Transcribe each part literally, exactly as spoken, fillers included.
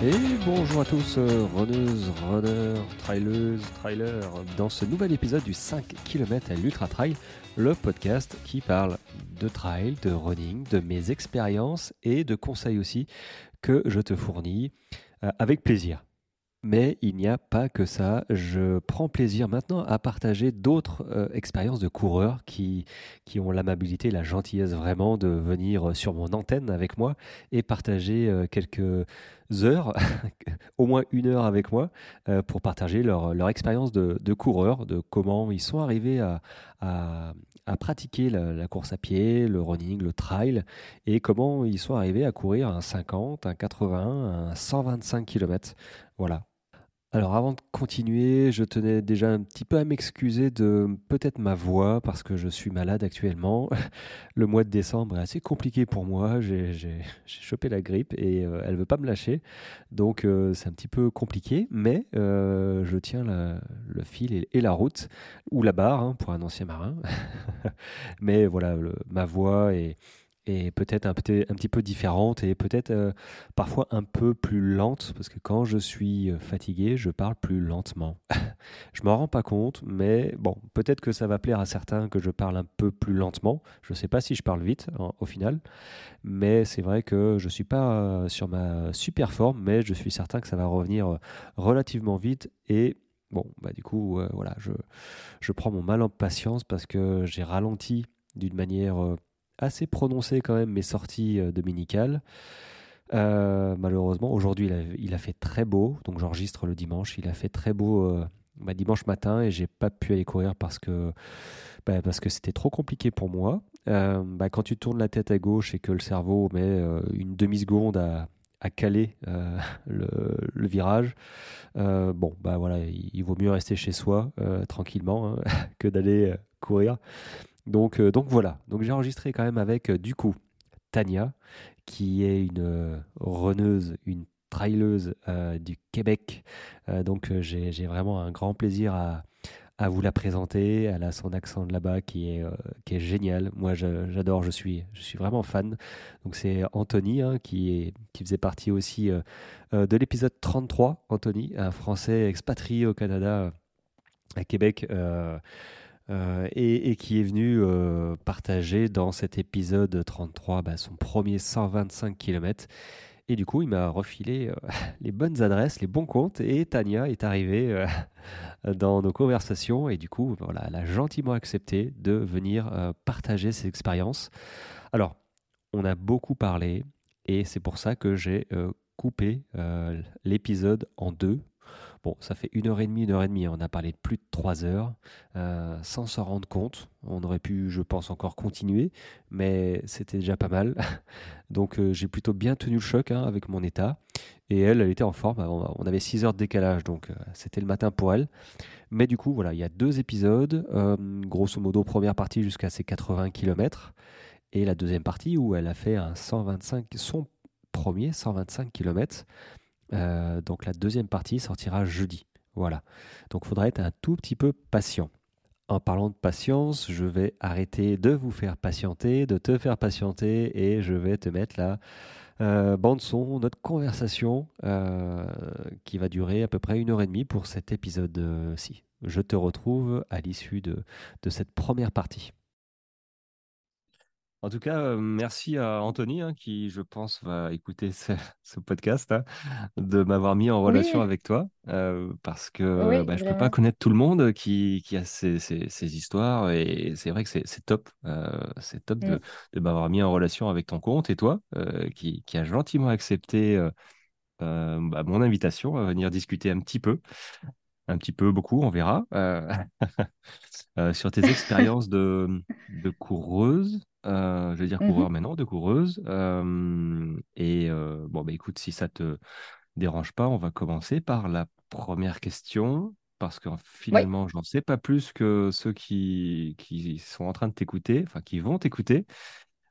Et bonjour à tous, euh, runneuses, runners, traileuses, trailers, dans ce nouvel épisode du cinq kilomètres à l'Ultra Trail, le podcast qui parle de trail, de running, de mes expériences et de conseils aussi que je te fournis euh, avec plaisir. Mais il n'y a pas que ça. Je prends plaisir maintenant à partager d'autres euh, expériences de coureurs qui, qui ont l'amabilité, la gentillesse vraiment de venir sur mon antenne avec moi et partager euh, quelques heures, au moins une heure avec moi, euh, pour partager leur, leur expérience de, de coureur, de comment ils sont arrivés à, à, à pratiquer la, la course à pied, le running, le trail, et comment ils sont arrivés à courir un cinquante, un quatre-vingts, un cent vingt-cinq kilomètres. Voilà. Alors avant de continuer, je tenais déjà un petit peu à m'excuser de peut-être ma voix parce que je suis malade actuellement. Le mois de décembre est assez compliqué pour moi. J'ai j'ai- j'ai chopé la grippe et euh, elle veut pas me lâcher. Donc euh, c'est un petit peu compliqué, mais euh, je tiens la- le fil et, et la route, ou la barre hein, pour un ancien marin. Mais voilà, le- ma voix est, est peut-être un, petit- un petit peu différente et peut-être euh, parfois un peu plus lente, parce que quand je suis euh, fatigué, je parle plus lentement. Je m'en rends pas compte, mais bon, peut-être que ça va plaire à certains que je parle un peu plus lentement. Je ne sais pas si je parle vite en- au final, mais c'est vrai que je suis pas euh, sur ma super forme, mais je suis certain que ça va revenir euh, relativement vite et bon, bah du coup, euh, voilà, je, je prends mon mal en patience parce que j'ai ralenti d'une manière euh, assez prononcée quand même mes sorties euh, dominicales. Euh, malheureusement, aujourd'hui, il a, il a fait très beau, donc j'enregistre le dimanche. Il a fait très beau euh, bah, dimanche matin et j'ai pas pu aller courir parce que bah, parce que c'était trop compliqué pour moi. Euh, bah, quand tu tournes la tête à gauche et que le cerveau met euh, une demi-seconde à, à caler euh, le, le virage, euh, bon, bah voilà, il, il vaut mieux rester chez soi euh, tranquillement hein, que d'aller euh, courir. Donc, euh, donc voilà, donc j'ai enregistré quand même avec euh, du coup Tania, qui est une euh, runneuse, une traileuse euh, du Québec. Euh, donc euh, j'ai j'ai vraiment un grand plaisir à, à vous la présenter. Elle a son accent de là-bas qui est, euh, qui est génial. Moi, je- j'adore, je suis, je suis vraiment fan. Donc, c'est Anthony hein, qui, est, qui faisait partie aussi euh, euh, de l'épisode trente-trois. Anthony, un Français expatrié au Canada, euh, à Québec, euh, euh, et, et qui est venu euh, partager dans cet épisode trente-trois bah, son premier cent vingt-cinq kilomètres. Et du coup, il m'a refilé euh, les bonnes adresses, les bons comptes, et Tania est arrivée euh, dans nos conversations. Et du coup, voilà, elle a gentiment accepté de venir euh, partager ses expériences. Alors, on a beaucoup parlé, et c'est pour ça que j'ai euh, coupé euh, l'épisode en deux. Bon, ça fait une heure et demie, une heure et demie. On a parlé de plus de trois heures, euh, sans s'en rendre compte. On aurait pu, je pense, encore continuer, mais c'était déjà pas mal. Donc, euh, j'ai plutôt bien tenu le choc hein, avec mon état. Et elle, elle était en forme. On on avait six heures de décalage, donc euh, c'était le matin pour elle. Mais du coup, voilà, il y a deux épisodes. Euh, grosso modo, première partie jusqu'à ses quatre-vingts kilomètres. Et la deuxième partie où elle a fait un cent vingt-cinq, son premier cent vingt-cinq kilomètres. Euh, donc la deuxième partie sortira jeudi. Voilà. Donc il faudra être un tout petit peu patient. En parlant de patience, je vais arrêter de vous faire patienter, de te faire patienter, et je vais te mettre la euh, bande son, notre conversation, euh, qui va durer à peu près une heure et demie pour cet épisode-ci. Je te retrouve à l'issue de, de cette première partie. En tout cas, euh, merci à Anthony, hein, qui, je pense, va écouter ce, ce podcast, hein, de m'avoir mis en relation Oui, avec toi, euh, parce que oui, bah, je peux pas vraiment. connaître tout le monde qui, qui a ces, ces- ces histoires, et c'est vrai que c'est c'est top, euh, c'est top de, Mm. de m'avoir mis en relation avec ton compte, et toi, euh, qui, qui a gentiment accepté euh, euh, bah, mon invitation à venir discuter un petit peu, un petit peu, beaucoup, on verra. Euh, euh, sur tes expériences de, de coureuse. Euh, je vais dire coureur Mhm. maintenant, de coureuse. Euh, et euh, bon, bah, écoute, si ça te dérange pas, on va commencer par la première question. Parce que Oui. finalement, j'en sais pas plus que ceux qui, qui sont en train de t'écouter, enfin qui vont t'écouter.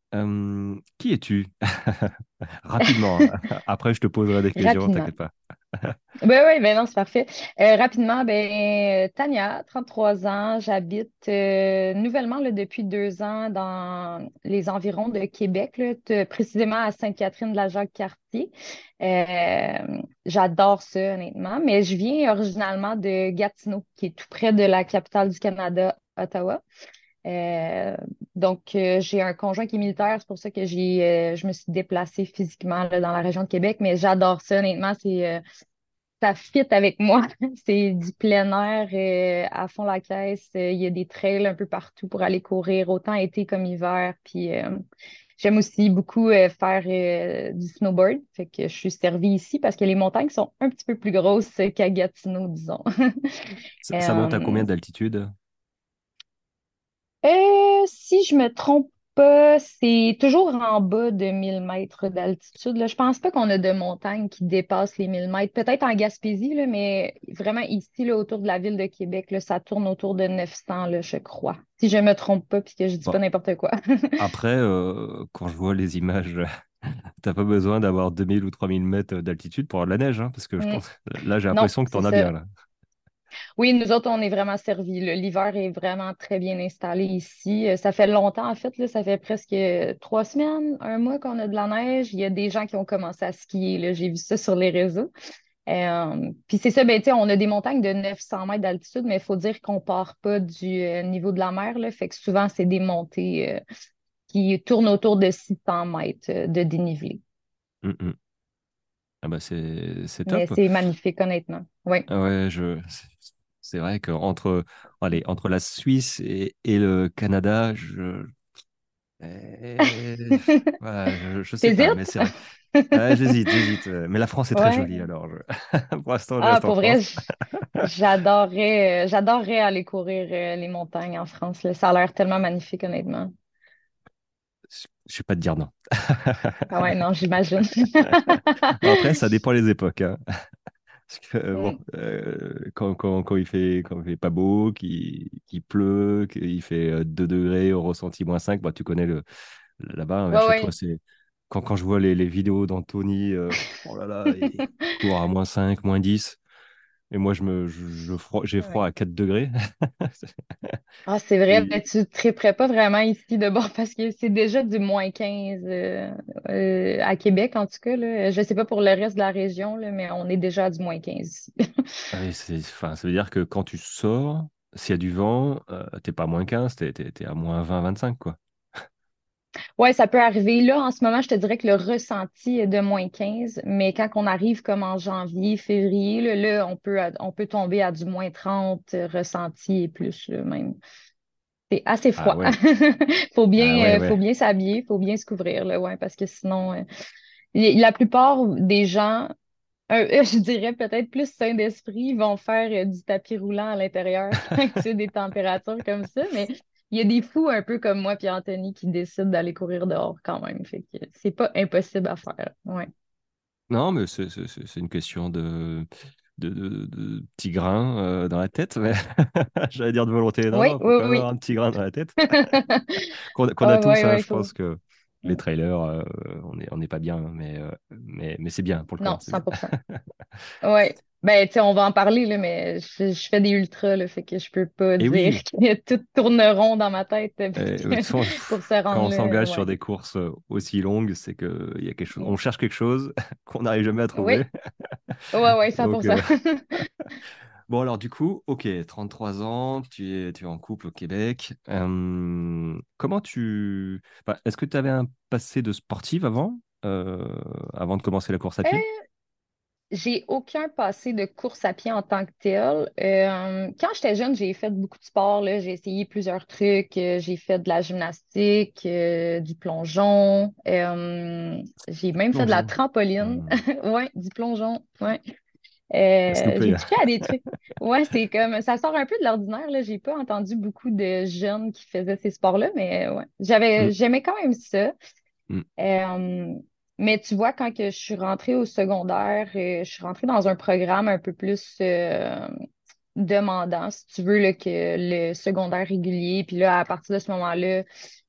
Euh, qui es-tu? Rapidement, hein. Après, je te poserai des questions, Rapidement. t'inquiète pas. Ben oui, ben non, c'est parfait. Euh, rapidement, ben Tania, trente-trois ans, j'habite euh, nouvellement là, depuis deux ans dans les environs de Québec, là, t- précisément à Sainte-Catherine-de-la-Jacques-Cartier. Euh, j'adore ça, honnêtement, mais je viens originalement de Gatineau, qui est tout près de la capitale du Canada, Ottawa. Euh, donc, euh, j'ai un conjoint qui est militaire, c'est pour ça que j'ai, euh, je me suis déplacée physiquement là, dans la région de Québec, mais j'adore ça, honnêtement, c'est euh, ça fit avec moi. C'est du plein air euh, à fond la caisse. Euh, Il y a des trails un peu partout pour aller courir, autant été comme hiver. Puis euh, j'aime aussi beaucoup euh, faire euh, du snowboard. Fait que je suis servie ici parce que les montagnes sont un petit peu plus grosses qu'à Gatineau, disons. Ça, ça monte à Euh, combien d'altitude? Euh, si je me trompe pas, c'est toujours en bas de mille mètres d'altitude, là. Je pense pas qu'on a de montagnes qui dépassent les mille mètres. Peut-être en Gaspésie, là, mais vraiment ici, là, autour de la ville de Québec, là, ça tourne autour de neuf cents, là, je crois. Si je me trompe pas, puis que je dis Bon, pas n'importe quoi. après, euh, quand je vois les images, t'as pas besoin d'avoir deux mille ou trois mille mètres d'altitude pour avoir de la neige, hein, parce que je Mm. pense, là, j'ai Non, l'impression que c'est t'en as ça. bien, là. Oui, nous autres, on est vraiment servis, là. L'hiver est vraiment très bien installé ici. Euh, Ça fait longtemps, en fait, là, ça fait presque trois semaines, un mois qu'on a de la neige. Il y a des gens qui ont commencé à skier, là. J'ai vu ça sur les réseaux. Euh, puis c'est ça, ben, tu sais, on a des montagnes de neuf cents mètres d'altitude, mais il faut dire qu'on part pas du euh, niveau de la mer, là. Fait que souvent, c'est des montées euh, qui tournent autour de six cents mètres euh, de dénivelé. Mm, mm. Ah bah c'est c'est Mais top. c'est magnifique, honnêtement. Oui. Ah ouais, je c'est c'est vrai qu'entre allez, entre la Suisse et, et le Canada, je eh, voilà, je, je sais pas, mais T'hésites? c'est vrai. Ouais, j'hésite, j'hésite. euh, Mais la France est très jolie, Ouais. alors je- pour l'instant, je Ah, reste en pour vrai, France. j- j'adorerais, euh, j'adorerais aller courir euh, les montagnes en France, là. Ça a l'air tellement magnifique, honnêtement. Je je vais pas te dire non. Ah ouais, non, j'imagine. Bon, après, ça dépend les époques, hein. Parce que euh, bon, Mm. euh, quand, quand, quand il fait, quand il fait pas beau, qu'il qu'il pleut, qu'il fait euh, deux degrés au ressenti moins cinq, bah, tu connais le là-bas, hein, vers Ouais, chez toi, ouais. c'est quand, quand je vois les, les vidéos d'Anthony, euh, oh là là, il court à moins cinq, moins dix, et moi je me je, je froid- j'ai froid Ouais. à quatre degrés. Ah, c'est vrai, mais Et- tu ne triperais pas vraiment ici de bord parce que c'est déjà du moins quinze euh, euh, à Québec, en tout cas, là. Je sais pas pour le reste de la région, là, mais on est déjà à du moins quinze ici. ah oui, c'est, enfin, ça veut dire que quand tu sors, s'il y a du vent, euh, t'es pas à moins quinze, t'es, t'es, t'es à moins vingt, vingt-cinq, quoi. Ouais, ça peut arriver. Là, en ce moment, je te dirais que le ressenti est de moins quinze, mais quand on arrive comme en janvier, février, là, là, on peut, on peut tomber à du moins trente euh, ressenti et plus, là, même. C'est assez Ah froid. ouais, Faut ah ouais, bien, euh, faut ouais. bien s'habiller, faut bien se couvrir, là, ouais, parce que sinon, euh, y- la plupart des gens, euh, je dirais peut-être plus sains d'esprit, vont faire euh, du tapis roulant à l'intérieur quand tu as des températures comme ça, mais il y a des fous un peu comme moi puis Anthony qui décident d'aller courir dehors quand même. Fait que c'est pas impossible à faire. Ouais. Non, mais c'est c'est- c'est- c'est une question de, de, de- de petits grains euh, dans la tête. Mais j'allais dire de volonté. Non, Oui, non, il faut oui, quand même avoir oui. un petit grain dans la tête. Qu'on qu'on a Ah, tous, ouais, hein, ouais, il je faut. pense que les trailers, euh, on n'est on n'est pas bien, hein, mais, euh, mais, mais c'est bien pour le Non, corps, c'est bien. cent pour cent. Ouais. Ben, tu sais, on va en parler, là, mais je, je fais des ultras, là, fait que je peux pas Et dire oui, que tout tourne rond dans ma tête euh, parce euh, de toute que façon, pour se quand rendre on là, s'engage sur ouais. des courses euh, aussi longues, c'est que il y a quelque chose, Mm. on cherche quelque chose qu'on n'arrive jamais à Oui, trouver. ouais, ouais, cent pour Donc, cent. euh, bon, alors du coup, ok, trente-trois ans, tu es, tu es en couple au Québec. Euh, comment tu... enfin, est-ce que tu avais un passé de sportive avant, euh, avant de commencer la course à pied? J'ai aucun passé de course à pied en tant que tel. Euh, quand j'étais jeune, j'ai fait beaucoup de sport, là. J'ai essayé plusieurs trucs. Euh, j'ai fait de la gymnastique, euh, du plongeon. Euh, j'ai même fait de la Plongeon. trampoline. Hmm. Ouais, du plongeon. Ouais. S'il te Euh, j'ai plaît. touché à des trucs. Ouais, c'est comme ça sort un peu de l'ordinaire, là. J'ai pas entendu beaucoup de jeunes qui faisaient ces sports-là, mais ouais. J'avais, Hmm, j'aimais quand même ça. hmm. Euh, mais tu vois, quand que je suis rentrée au secondaire, euh, je suis rentrée dans un programme un peu plus euh, demandant, si tu veux, là, que le secondaire régulier. Puis là, à partir de ce moment-là,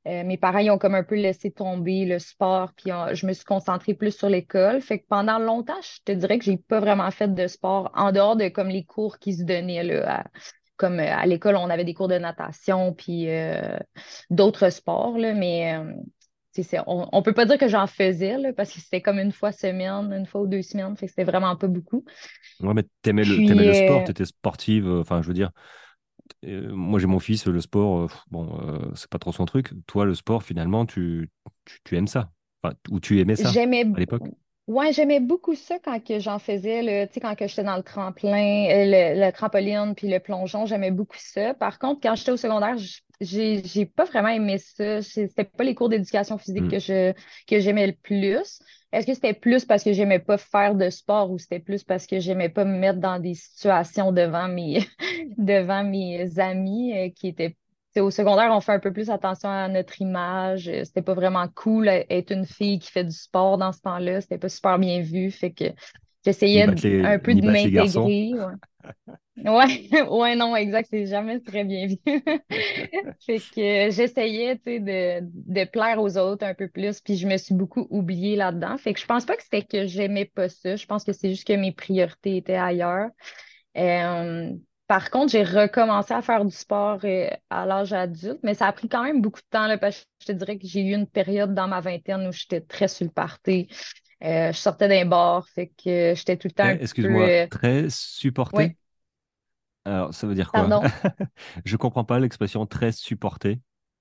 Euh, mes parents, ils ont comme un peu laissé tomber le sport, puis euh, je me suis concentrée plus sur l'école. Fait que pendant longtemps, je te dirais que j'ai pas vraiment fait de sport en dehors de comme les cours qui se donnaient là, à- comme euh, à l'école, on avait des cours de natation, puis euh, d'autres sports, là, mais euh, c'est ça. On, on peut pas dire que j'en faisais, là, parce que c'était comme une fois semaine, une fois ou deux semaines, fait que c'était vraiment pas beaucoup. Ouais, mais t'aimais le, t'aimais Puis, le sport, euh, t'étais sportive. euh, Enfin, je veux dire, euh, moi j'ai mon fils, le sport, euh, pff, bon, euh, c'est pas trop son truc. Toi, le sport, finalement, tu, tu, tu aimes ça. Enfin, ou tu aimais ça J'aimais, à l'époque. ouais, j'aimais beaucoup ça quand que j'en faisais, le, tu sais, quand que j'étais dans le tremplin, euh, le, le trampoline puis le plongeon, j'aimais beaucoup ça. Par contre, quand j'étais au secondaire, j- j'ai, j'ai pas vraiment aimé ça. C'est- C'était pas les cours d'éducation physique Hmm. que je, que j'aimais le plus. Est-ce que c'était plus parce que j'aimais pas faire de sport ou c'était plus parce que j'aimais pas me mettre dans des situations devant mes, devant mes amis euh, qui étaient sais, au secondaire, on fait un peu plus attention à notre image. Euh, C'était pas vraiment cool euh, être une fille qui fait du sport dans ce temps-là. C'était pas super bien vu. Fait que Ni j'essayais d- battre les, un peu ni de battre les garçons. m'intégrer. Ouais. Ouais, ouais, non, exact. C'est jamais très bien vu. Fait que euh, j'essayais, tu sais, de, de plaire aux autres un peu plus. Puis je me suis beaucoup oubliée là-dedans. Fait que je pense pas que c'était que j'aimais pas ça. Je pense que c'est juste que mes priorités étaient ailleurs. Euh, Par contre, j'ai recommencé à faire du sport euh, à l'âge adulte, mais ça a pris quand même beaucoup de temps là, parce que je te dirais que j'ai eu une période dans ma vingtaine où j'étais très sur le party. Euh, je sortais d'un bar, fait que j'étais tout le temps un Eh, petit peu. excuse-moi, euh, très supporté? Ouais, Alors, ça veut dire quoi? pardon. Je comprends pas l'expression très supporté.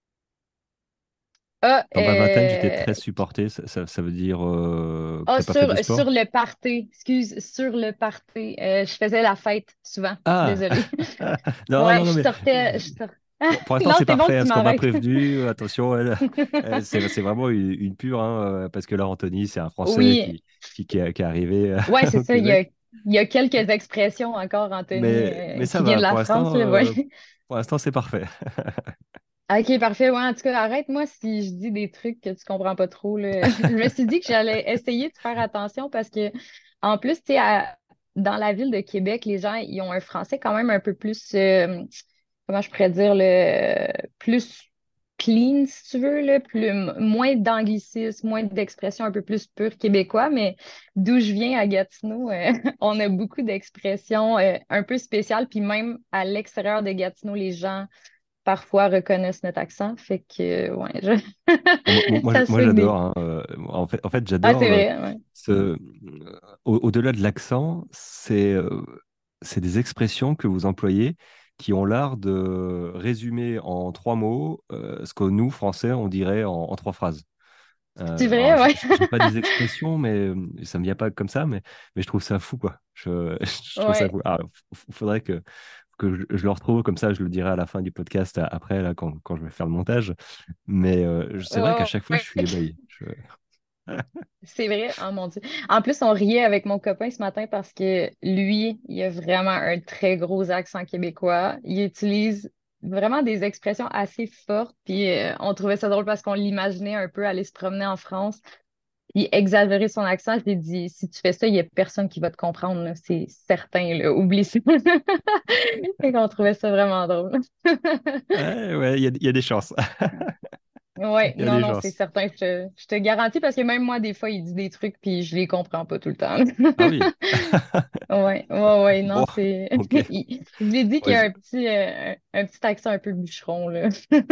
Ah, Dans ma vingtaine, j'étais euh, très supporté. Ça, ça- ça veut dire euh, que ah, t'as pas fait sur, de sur sport? le party, excuse, sur le party. Euh, je faisais la fête souvent. Ah! Désolée. Non, Ouais, non, je non, mais sortais. Je sor- pour, pour l'instant, Non, c'est c'est bon que parfait, hein, tu ce qu'on m'a m'arrêtes. prévenu. euh, Attention, elle, elle, c'est c'est vraiment une, une pure, hein, euh, parce que là, Anthony, c'est un Français Oui, qui, qui, qui est, qui est arrivé euh, ouais, c'est au ça. Il y a, Québec. il y a quelques expressions encore, Anthony, Mais, mais euh, ça qui vient va, de la pour France, l'instant, là, ouais. euh, pour l'instant, c'est parfait. OK, parfait. Ouais, en tout cas, arrête-moi si je dis des trucs que tu comprends pas trop, là. Je me suis dit que j'allais essayer de faire attention parce que, en plus, tu sais, à- dans la ville de Québec, les gens, ils ont un français quand même un peu plus, euh, comment je pourrais dire, le plus clean, si tu veux, là, plus, moins d'anglicisme, moins d'expressions un peu plus pures québécois, mais d'où je viens à Gatineau, euh, on a beaucoup d'expressions euh, un peu spéciales, puis même à l'extérieur de Gatineau, les gens parfois reconnaissent notre accent, fait que, euh, ouais, je- Ah, Moi, moi, moi, je- ça se moi, fait que j'adore, des... hein, euh, en fait, en fait, Ah, j'adore c'est le, vrai, ouais. ce, euh, au- au-delà de l'accent, c'est euh, c'est des expressions que vous employez qui ont l'art de résumer en trois mots euh, ce que nous, Français, on dirait en, en trois phrases. C'est Euh, vrai, alors, j'ai ouais. j'ai pas des expressions, mais euh, ça me vient pas comme ça, mais, mais je trouve ça fou, quoi. Je, je trouve ça Ouais. fou. Ah, f- faudrait que, que je, je le retrouve, comme ça, je le dirai à la fin du podcast, a- après, là, quand, quand je vais faire le montage. Mais euh, c'est vrai qu'à Ouais, chaque fois, je ouais. suis ébahi. Je- C'est vrai, oh mon Dieu. En plus, on riait avec mon copain ce matin parce que lui, il a vraiment un très gros accent québécois. Il utilise vraiment des expressions assez fortes, puis euh, on trouvait ça drôle parce qu'on l'imaginait un peu aller se promener en France, puis exagérer son accent. Je lui ai dit, si tu fais ça, il n'y a personne qui va te comprendre, là. C'est certain, là. Oublie ça. Et qu'on trouvait ça vraiment drôle. Ouais, ouais, il y a, il y a des chances. Ouais, Il y a non, des non, c'est chances. certain. Je te, je te garantis parce que même moi, des fois, il dit des trucs puis je les comprends pas tout le temps. Ah oui. Ouais, ouais, ouais, non, Bon, c'est. ok. il- Je lui ai dit qu'il Ouais, y a je- un petit, euh, un, un petit accent un peu bûcheron, là.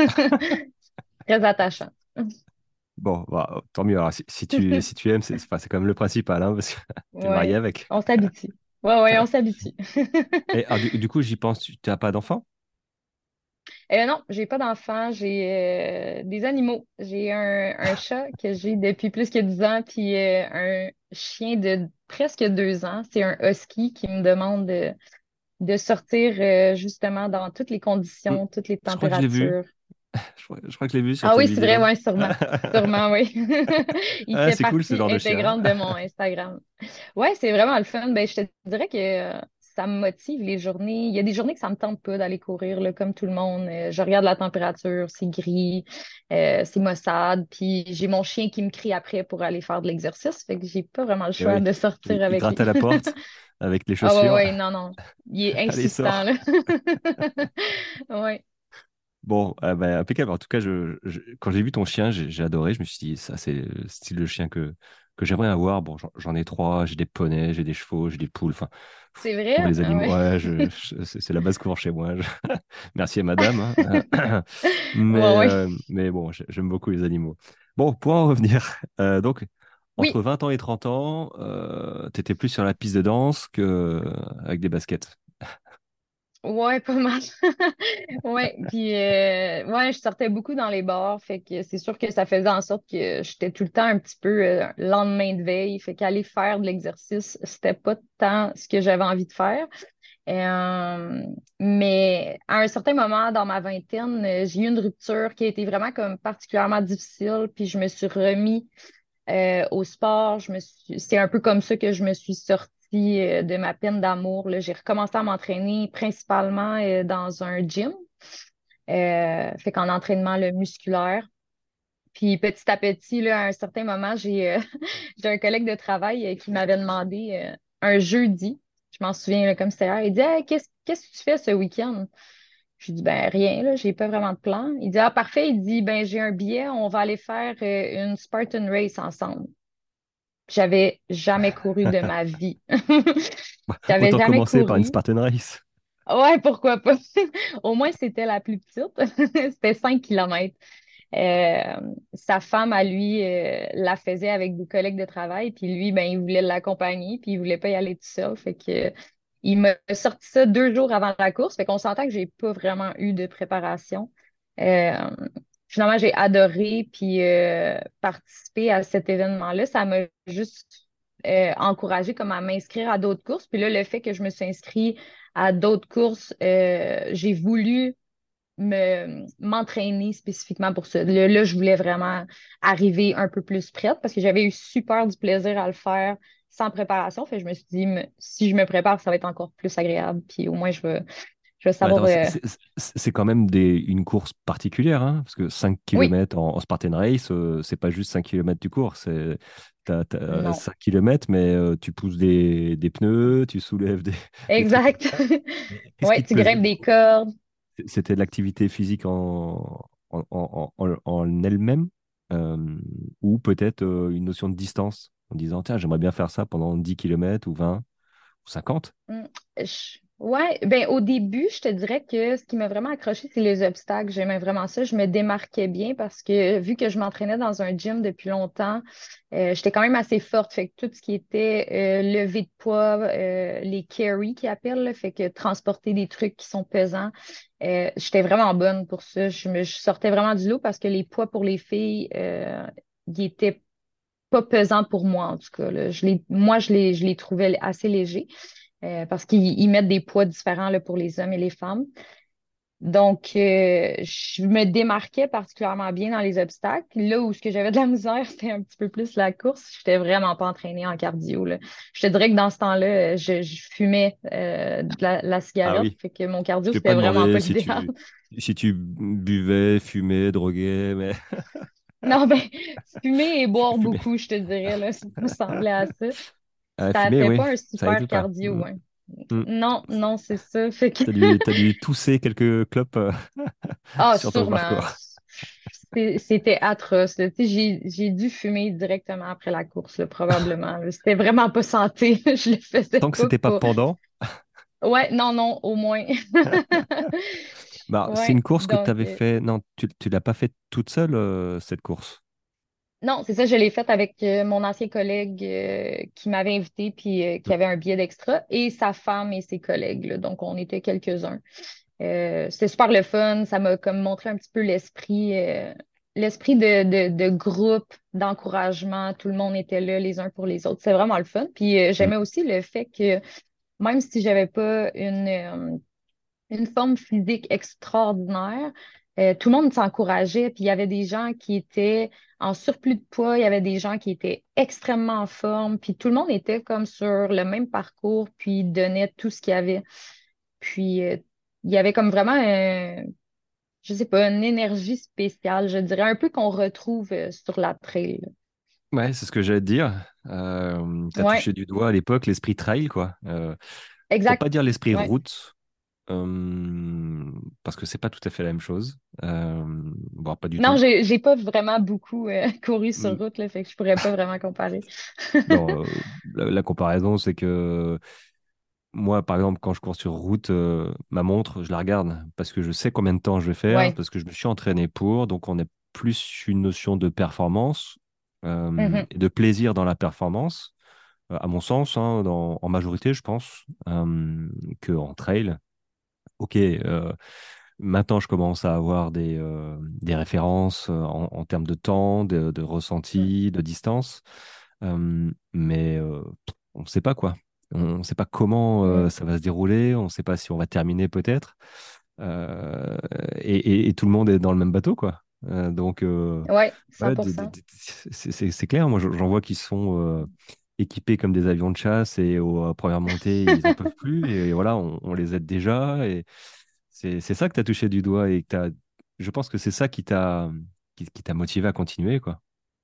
Très attachant. Bon, bah, tant mieux. Alors, si, si tu, si tu aimes, c'est enfin, c'est quand même le principal, hein, parce que tu es marié Ouais, avec. on s'habitue. Ouais, ouais, on s'habitue. Et alors, du, du coup, j'y pense, tu n'as pas d'enfant? Euh, non, j'ai pas d'enfant, j'ai euh, des animaux. J'ai un, un chat que j'ai depuis plus que dix ans, puis euh, un chien de presque deux ans. C'est un husky qui me demande de, de sortir euh, justement dans toutes les Hmm. conditions, toutes les Je crois que je l'ai vu. températures. Je crois, je crois que je l'ai vu sur Ah tes oui, c'est vrai, vidéos. ouais, sûrement. Sûrement, oui. Il Ah, fait c'est cool ce partie genre de chien. intégrante de mon Instagram. Ouais, c'est vraiment le fun. Ben, je te dirais que euh, ça me motive les journées. Il y a des journées que ça me tente pas d'aller courir, là, comme tout le monde. Euh, je regarde la température, c'est gris, euh, c'est maussade, puis j'ai mon chien qui me crie après pour aller faire de l'exercice. Fait que j'ai pas vraiment le Et choix oui, de il, sortir il avec gratte lui. à la porte avec les Ah ouais, chaussures. ouais, non, non. Il est Allez, insistant, sors. là. Ouais. Bon, ah bah, impeccable. En tout cas, je, je- quand j'ai vu ton chien, j'ai j'ai adoré. Je me suis dit, ça, c'est le style de chien que, que j'aimerais avoir. Bon, j'en j'en ai trois. J'ai des poneys, j'ai des chevaux, j'ai des poules. Enfin, pff, C'est vrai? moi, les Ah animaux, ouais. ouais, je, je- c'est c'est la base cour chez moi. Je- Merci à madame, hein. Ouais, Mais, ouais. euh, mais bon, j'ai- j'aime beaucoup les animaux. Bon, pour en revenir, euh, donc, entre Oui, vingt ans et trente ans, euh, tu étais plus sur la piste de danse que euh, avec des baskets. ouais, pas mal. Ouais, puis euh, ouais, je sortais beaucoup dans les bars, fait que c'est sûr que ça faisait en sorte que j'étais tout le temps un petit peu euh, lendemain de veille, fait qu'aller faire de l'exercice, c'était pas tant ce que j'avais envie de faire. Euh, mais à un certain moment dans ma vingtaine, euh, j'ai eu une rupture qui a été vraiment comme particulièrement difficile, puis je me suis remis euh, au sport. Je me suis... C'est un peu comme ça que je me suis sortie euh, de ma peine d'amour, là. J'ai recommencé à m'entraîner principalement euh, dans un gym, euh, fait qu'en entraînement le musculaire. Puis petit à petit, là, à un certain moment, j'ai euh, j'ai un collègue de travail euh, qui m'avait demandé euh, un jeudi, je m'en souviens là, comme c'était hier, il dit Hey, qu'est-ce qu'est-ce que tu fais ce week-end? Je lui dis ben rien, là, j'ai pas vraiment de plan. Il dit Ah parfait, il dit ben j'ai un billet, on va aller faire euh, une Spartan Race ensemble. J'avais jamais couru de ma vie. J'avais Autant jamais commencer par une couru. Spartan Race. Ouais, pourquoi pas? Au moins, c'était la plus petite. C'était cinq kilomètres. Euh, sa femme, à lui, euh, la faisait avec des collègues de travail, puis lui, ben, il voulait l'accompagner, puis il voulait pas y aller tout seul. Fait que, il m'a sorti ça deux jours avant la course. Fait qu'on s'entend que j'ai pas vraiment eu de préparation. Euh, Finalement, j'ai adoré, puis euh, participer à cet événement-là. Ça m'a juste euh, encouragée comme à m'inscrire à d'autres courses. Puis là, le fait que je me suis inscrite à d'autres courses, euh, j'ai voulu me m'entraîner spécifiquement pour ça. Là, là, je voulais vraiment arriver un peu plus prête parce que j'avais eu super du plaisir à le faire sans préparation. Fait que je me suis dit, me- si je me prépare, ça va être encore plus agréable. Puis au moins, je vais, je vais Mais savoir. attends, c'est euh, c'est- c'est- c'est quand même des, une course particulière, hein, parce que cinq Oui, kilomètres en, en Spartan Race, euh, c'est pas juste cinq kilomètres du cours, c'est t'as, t'as, euh, non. cinq kilomètres, mais euh, tu pousses des, des pneus, tu soulèves des, des trucs comme Exact. ça. Et Qu'est-ce Ouais, qui te tu plaisait? grimpes des cordes. C'était de l'activité physique en, en, en, en- en elle-même, euh, ou peut-être euh, une notion de distance, en disant, tiens, j'aimerais bien faire ça pendant dix kilomètres ou vingt ou cinquante. Mm, je- Ouais, ben au début, je te dirais que ce qui m'a vraiment accroché, c'est les obstacles. J'aimais vraiment ça. Je me démarquais bien parce que vu que je m'entraînais dans un gym depuis longtemps, euh, j'étais quand même assez forte. Fait que tout ce qui était euh, lever de poids, euh, les carry qui appellent, là, fait que transporter des trucs qui sont pesants, euh, j'étais vraiment bonne pour ça. Je me je sortais vraiment du lot parce que les poids pour les filles, euh, ils étaient pas pesants pour moi, en tout cas, là. Je les, moi, je les, je les trouvais assez légers euh, parce qu'ils ils mettent des poids différents là, pour les hommes et les femmes. Donc, euh, je me démarquais particulièrement bien dans les obstacles. Là où ce que j'avais de la misère, c'était un petit peu plus la course. Je n'étais vraiment pas entraînée en cardio, là. Je te dirais que dans ce temps-là, euh, je, je fumais euh, de la, la Ah cigarette, oui, fait que mon je cardio, t'ai c'était pas vraiment demandé pas si l'idéal. tu, si tu buvais, fumais, droguais, mais Non, ben, fumer et boire fumais. beaucoup, je te dirais, là, ça ressemblait à ça. Ah, Ça fumer, fait oui, pas un ça aide super ou pas? cardio, Hmm, hein. hmm. Non, non, c'est ça. Fait que T'as dû, t'as dû tousser quelques clopes euh, ah, sur ton sûrement. parcours. C'est- C'était atroce, là. Tu sais, j'ai, j'ai dû fumer directement après la course, là, probablement, là. C'était vraiment pas santé. Je le faisais Tant que pas c'était pas pour. pendant, Ouais, non, non, au moins. bah, c'est Ouais, une course que tu donc, avais euh, fait. Non, tu, tu l'as pas fait toute seule, euh, cette course. non, c'est ça, je l'ai faite avec euh, mon ancien collègue euh, qui m'avait invité puis euh, qui avait un billet d'extra et sa femme et ses collègues, là. Donc, on était quelques-uns. Euh, c'était super le fun. Ça m'a comme montré un petit peu l'esprit, euh, l'esprit de, de, de groupe, d'encouragement. Tout le monde était là les uns pour les autres. C'est vraiment le fun. Puis euh, Hmm. j'aimais aussi le fait que même si j'avais pas une, euh, une forme physique extraordinaire, euh, tout le monde s'encourageait. Puis il y avait des gens qui étaient en surplus de poids, il y avait des gens qui étaient extrêmement en forme. Puis tout le monde était comme sur le même parcours, puis donnait tout ce qu'il y avait. Puis, euh, il y avait comme vraiment, euh, je sais pas, une énergie spéciale, je dirais, un peu qu'on retrouve euh, sur la trail. Ouais, c'est ce que j'allais te dire. Euh, tu as Ouais, touché du doigt à l'époque l'esprit trail, quoi. Euh, pour exact. pas dire l'esprit Ouais. route, euh, parce que c'est pas tout à fait la même chose. Euh, bon, pas du Non, tout. j'ai, j'ai pas vraiment beaucoup euh, couru sur Mm. route, là, fait que je pourrais pas vraiment comparer. Non, euh, la, la comparaison, c'est que moi, par exemple, quand je cours sur route, euh, ma montre, je la regarde parce que je sais combien de temps je vais faire, Ouais. parce que je me suis entraîné pour. Donc, on a plus une notion de performance euh, Mhm. et de plaisir dans la performance, euh, à mon sens, hein, dans- en majorité, je pense, euh, que en trail. Ok, euh, maintenant, je commence à avoir des, euh, des références euh, en, en termes de temps, de, de Mm. ressenti, de distance. Euh, mais euh, on ne sait pas quoi. On ne sait pas comment euh, Mm. ça va se dérouler. On ne sait pas si on va terminer peut-être. Euh, et, et- et tout le monde est dans le même bateau, quoi. Euh, donc, euh, Ouais, ouais, cent pour des- des- cent. des- c'est c'est- c'est clair. Moi, j'en j'en vois qui sont euh, équipés comme des avions de chasse et aux à première montée, ils en peuvent plus. Et, voilà, on, on les aide déjà. Et c'est c'est ça que tu as touché du doigt et que t'as, je pense que c'est ça qui t'a qui, qui t'a motivé à continuer, quoi.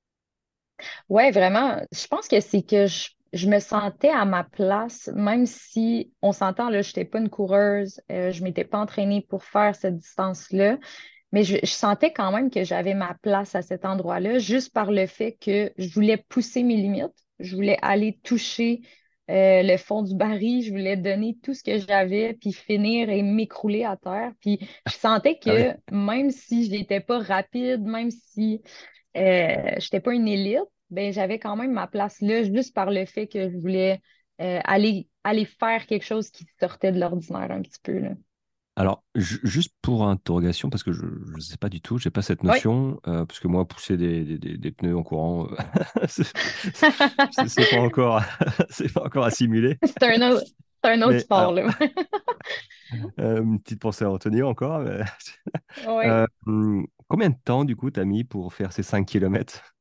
Ouais, vraiment. Je pense que c'est que je, je me sentais à ma place, même si on s'entend, là, je n'étais pas une coureuse, euh, je m'étais pas entraînée pour faire cette distance-là, mais je, je sentais quand même que j'avais ma place à cet endroit-là, juste par le fait que je voulais pousser mes limites, je voulais aller toucher euh, le fond du baril, je voulais donner tout ce que j'avais, puis finir et m'écrouler à terre. Puis je sentais Ah oui. que même si je n'étais pas rapide, même si euh, je n'étais pas une élite, ben, j'avais quand même ma place là, juste par le fait que je voulais euh, aller, aller faire quelque chose qui sortait de l'ordinaire un petit peu, là. Alors, ju- juste pour interrogation, parce que je ne sais pas du tout, j'ai pas cette Oui. notion, euh, parce que moi, pousser des, des- des- des pneus en courant, euh, c'est c'est- c'est pas encore, c'est pas encore assimilé. C'est un autre, c'est un autre Mais sport, alors, là. euh, une petite pensée à Anthony encore. mais- Oui. Euh, hum, combien de temps, du coup, t'as mis pour faire ces cinq kilomètres?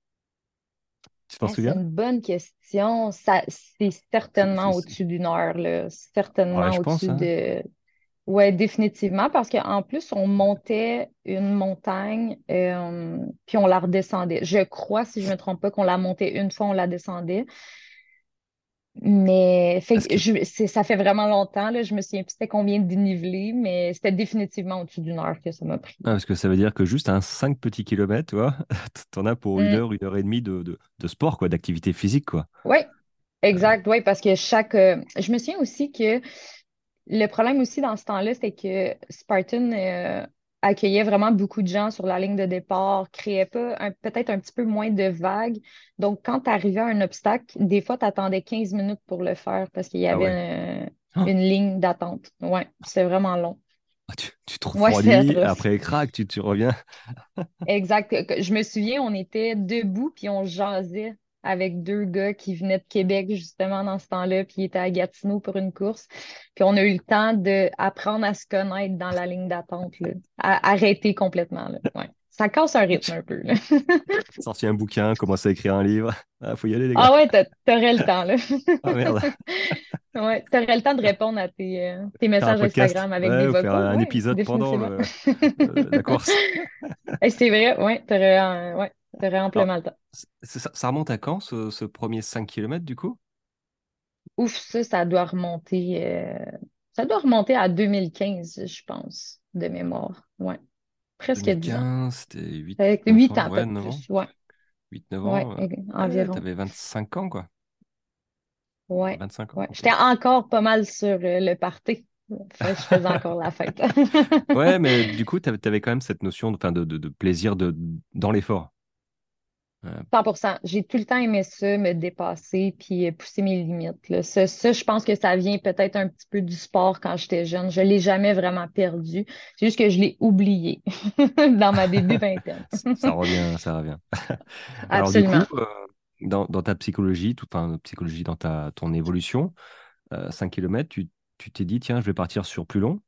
Tu t'en Ah, c'est souviens? une bonne question. Ça, c'est C'est- certainement c'est- c'est- au-dessus d'une heure, là. Ouais, Certainement je pense, au-dessus hein. de. Ouais, définitivement, parce qu'en plus, on montait une montagne, euh, puis on la redescendait. Je crois, si je ne me trompe pas, qu'on la montait une fois, on la descendait. Mais fait, Parce que que, je, c'est- ça fait vraiment longtemps, là. Je me souviens plus c'était combien de dénivelé, mais c'était définitivement au-dessus d'une heure que ça m'a pris. ah, parce que ça veut dire que juste un cinq petits kilomètres, tu vois, t'en as pour une Mm. heure, une heure et demie de, de, de sport, quoi, d'activité physique, quoi. Oui, Euh, exact, oui, parce que chaque. Euh, je me souviens aussi que le problème aussi dans ce temps-là, c'était que Spartan euh, accueillait vraiment beaucoup de gens sur la ligne de départ, créait pas un- peut-être un petit peu moins de vagues. Donc, quand tu arrivais à un obstacle, des fois, tu attendais quinze minutes pour le faire parce qu'il y ah ouais. avait euh, Oh, une ligne d'attente. Ouais, c'est vraiment long. ah, tu, tu te Ouais, c'est refroidis, atroce. après crac, tu, tu reviens. Exact. Que- Je me souviens, on était debout puis on jasait avec deux gars qui venaient de Québec justement dans ce temps-là, puis ils étaient à Gatineau pour une course. Puis on a eu le temps d'apprendre à se connaître dans la ligne d'attente, là. À- arrêter complètement, là. Ouais. Ça casse un rythme un peu, là. Sorti un bouquin, commencé à écrire un livre. Ah, faut y aller, les gars. Ah ouais, t'a- t'aurais le temps, là. Ah merde. Ouais, t'aurais le temps de répondre à tes, euh, tes Faire un messages podcast. Instagram avec des Ouais, ou faire vocaux. un Ouais, épisode pendant définitivement. le, le- la course. Et c'est vrai, ouais, t'aurais, euh, ouais, t'aurais amplement Alors, le temps. c'est- ça, ça remonte à quand, ce, ce premier cinq kilomètres, du coup? Ouf, ça, ça doit remonter, euh, ça doit remonter à deux mille quinze, je pense, de mémoire. Ouais, presque dix ans. deux mille quinze, c'était huit, Avec neuf huit ans. ans, Ouais, peut-être neuf ans. plus. Ouais, Huit, neuf ouais, ans. euh, ex- Ouais, environ. t'avais vingt-cinq ans, quoi. Ouais, vingt-cinq ans, ouais. ok. J'étais encore pas mal sur euh, le party. Fait que je faisais encore la fête. Ouais, mais du coup, tu avais quand même cette notion de, enfin, de, de, de plaisir de, dans l'effort. Euh, cent pour cent. J'ai tout le temps aimé ça, me dépasser puis euh, pousser mes limites, là. Ça, ça, je pense que ça vient peut-être un petit peu du sport quand j'étais jeune. Je l'ai jamais vraiment perdu. C'est juste que je l'ai oublié dans ma début vingtaine. ça revient, ça revient. Alors du coup, Absolument. euh, dans, dans ta psychologie, tout, enfin, psychologie dans ta, ton évolution, euh, cinq kilomètres, tu tu t'es dit, tiens, je vais partir sur plus long,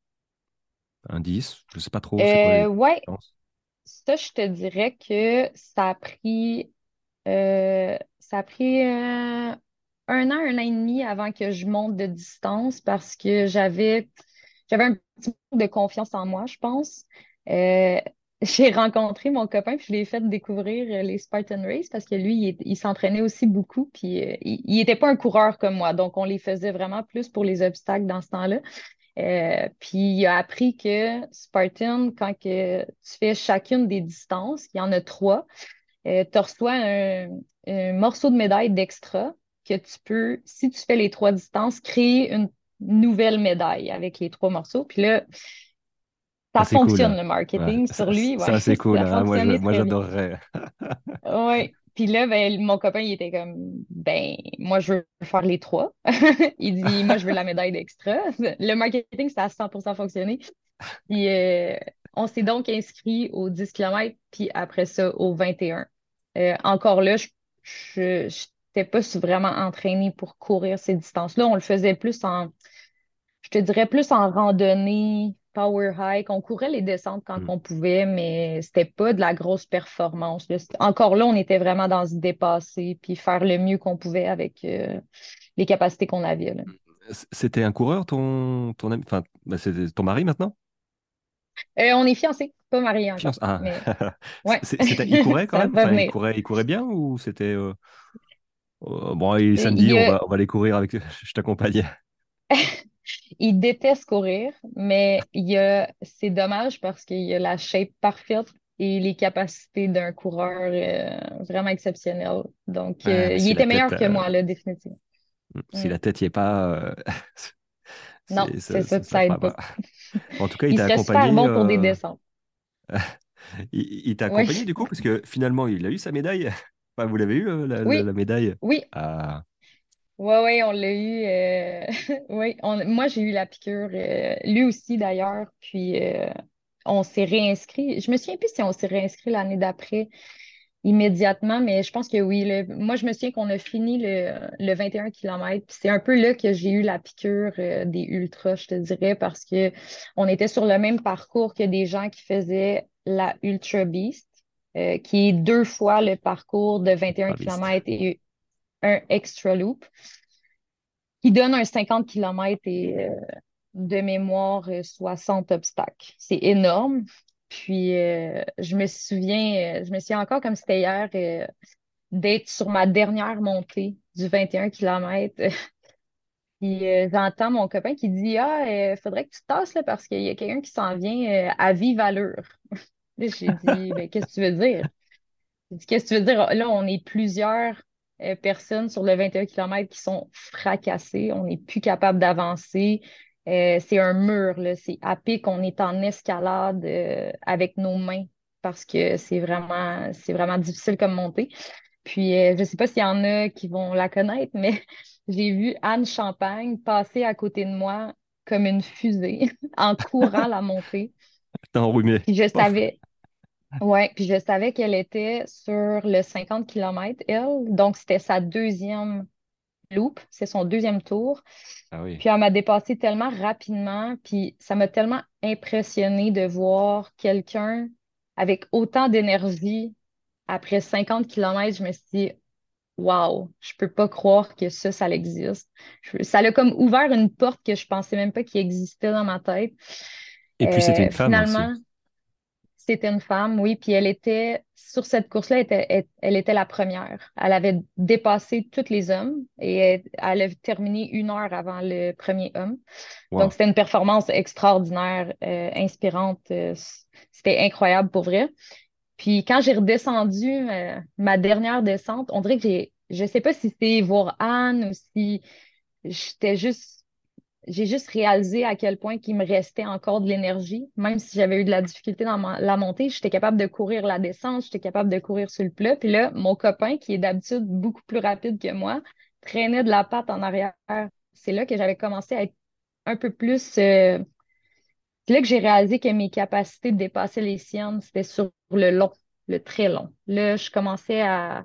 un dix, je sais pas trop, c'est quoi les Euh, ouais, distances? ça, je te dirais que ça a pris, euh, ça a pris euh, un an, un an et demi avant que je monte de distance parce que j'avais, j'avais un petit peu de confiance en moi, je pense. Euh, j'ai rencontré mon copain puis je lui ai fait découvrir euh, les Spartan Race parce que lui, il, est- il s'entraînait aussi beaucoup puis euh, il, il était pas un coureur comme moi, donc on les faisait vraiment plus pour les obstacles dans ce temps-là. Euh, puis il a appris que Spartan, quand que tu fais chacune des distances, il y en a trois, euh, tu reçois un, un morceau de médaille d'extra que tu peux, si tu fais les trois distances, créer une nouvelle médaille avec les trois morceaux. Puis là, Ça, ça c'est cool, fonctionne hein. le Ouais, marketing ça, sur lui, ouais, ça, c'est cool, ça hein. Moi, je, fonctionnait moi, très bien. j'adorerais. Ouais. Puis là, ben, mon copain, il était comme, ben, moi, je veux faire les trois. Il dit, moi, je veux la médaille d'extra. Le marketing, ça a cent pour cent fonctionné. Puis euh, on s'est donc inscrit aux dix kilomètres, puis après ça, au vingt et un. Euh, encore là, je je n'étais pas vraiment entraînée pour courir ces distances-là. On le faisait plus en, je te dirais, plus en randonnée, power hike. On courait les descentes quand Mm. on pouvait, mais c'était pas de la grosse performance, là. C'était- Encore là, on était vraiment dans se dépasser, puis faire le mieux qu'on pouvait avec euh, les capacités qu'on avait, là. C- C'était un coureur, ton, ton ami, enfin, bah, c'est ton mari maintenant? Euh, on est fiancés, pas mariés encore, Fiance. Ah, mais ouais, C'est- c'était, il courait quand ça même? va Enfin, il venir. courait, il courait bien ou c'était euh, euh, bon, il est Il, samedi, y on a- va, on va aller courir avec, je t'accompagne. il déteste courir, mais il y a, c'est dommage parce qu'il a la shape parfaite et les capacités d'un coureur euh, vraiment exceptionnel. Donc, Ouais, euh, mais il si la était tête, meilleur que euh, moi, là, définitivement. si Mm. la tête y est pas, euh, Non, c'est, c'est ça, ça, ça, ça ça fera aide pas. pas. En tout cas, il Il t'a serait super accompagné. bon pour des euh, descentes. il il t'a Oui, accompagné du coup, parce que finalement, il a eu sa médaille. Enfin, vous l'avez eu, euh, la, la- oui, la médaille. oui. Ah, Oui, oui, on l'a eu. euh, Oui, on- moi, j'ai eu la piqûre. Euh, lui aussi, d'ailleurs. Puis, euh, on s'est réinscrit. Je me souviens plus si on s'est réinscrit l'année d'après immédiatement, mais je pense que oui. Là. Moi, je me souviens qu'on a fini le, le vingt et un kilomètres. Puis c'est un peu là que j'ai eu la piqûre euh, des ultras, je te dirais, parce que on était sur le même parcours que des gens qui faisaient la Ultra Beast, euh, qui est deux fois le parcours de vingt et un pas viste. kilomètres et un extra loop qui donne un cinquante kilomètres et euh, de mémoire euh, soixante obstacles. C'est énorme. Puis euh, je me souviens, euh, je me souviens encore comme c'était hier euh, d'être sur ma dernière montée du vingt et un kilomètres. Puis euh, j'entends mon copain qui dit, ah, il faudrait que tu te tasses là, parce qu'il y a quelqu'un qui s'en vient euh, à vive allure. Là, j'ai dit, ben, qu'est-ce que tu veux dire? J'ai dit, qu'est-ce que tu veux dire? Là, on est plusieurs euh, personnes sur le vingt et un kilomètres qui sont fracassées. On n'est plus capable d'avancer. Euh, c'est un mur, là. C'est à pic. On est en escalade euh, avec nos mains parce que c'est vraiment, c'est vraiment difficile comme montée. Puis, euh, je ne sais pas s'il y en a qui vont la connaître, mais j'ai vu Anne Champagne passer à côté de moi comme une fusée en courant la montée. T'es enrhumé. Puis je Pof. savais, ouais, puis je savais qu'elle était sur le cinquante kilomètres, elle. Donc, c'était sa deuxième loop, c'est son deuxième tour. Ah oui. Puis, elle m'a dépassé tellement rapidement, puis ça m'a tellement impressionné de voir quelqu'un avec autant d'énergie après cinquante kilomètres. Je me suis dit, waouh, je peux pas croire que ça, ça existe. Je- ça l'a comme ouvert une porte que je pensais même pas qu'il existait dans ma tête. Et puis c'était une Euh, femme aussi. finalement, c'était une femme, oui, puis elle était, sur cette course-là, elle était, elle, elle était la première. Elle avait dépassé tous les hommes et elle, elle a terminé une heure avant le premier homme. Donc, Wow. c'était une performance extraordinaire, euh, inspirante. euh, c'était incroyable pour vrai. Puis quand j'ai redescendu euh, ma dernière descente, on dirait que j'ai, je sais pas si c'était voir Anne ou si j'étais juste j'ai juste réalisé à quel point il me restait encore de l'énergie. Même si j'avais eu de la difficulté dans ma- la montée, j'étais capable de courir la descente, j'étais capable de courir sur le plat. Puis là, mon copain, qui est d'habitude beaucoup plus rapide que moi, traînait de la patte en arrière. C'est là que j'avais commencé à être un peu plus... euh, C'est là que j'ai réalisé que mes capacités de dépasser les siennes, c'était sur le long, le très long. Là, je commençais à,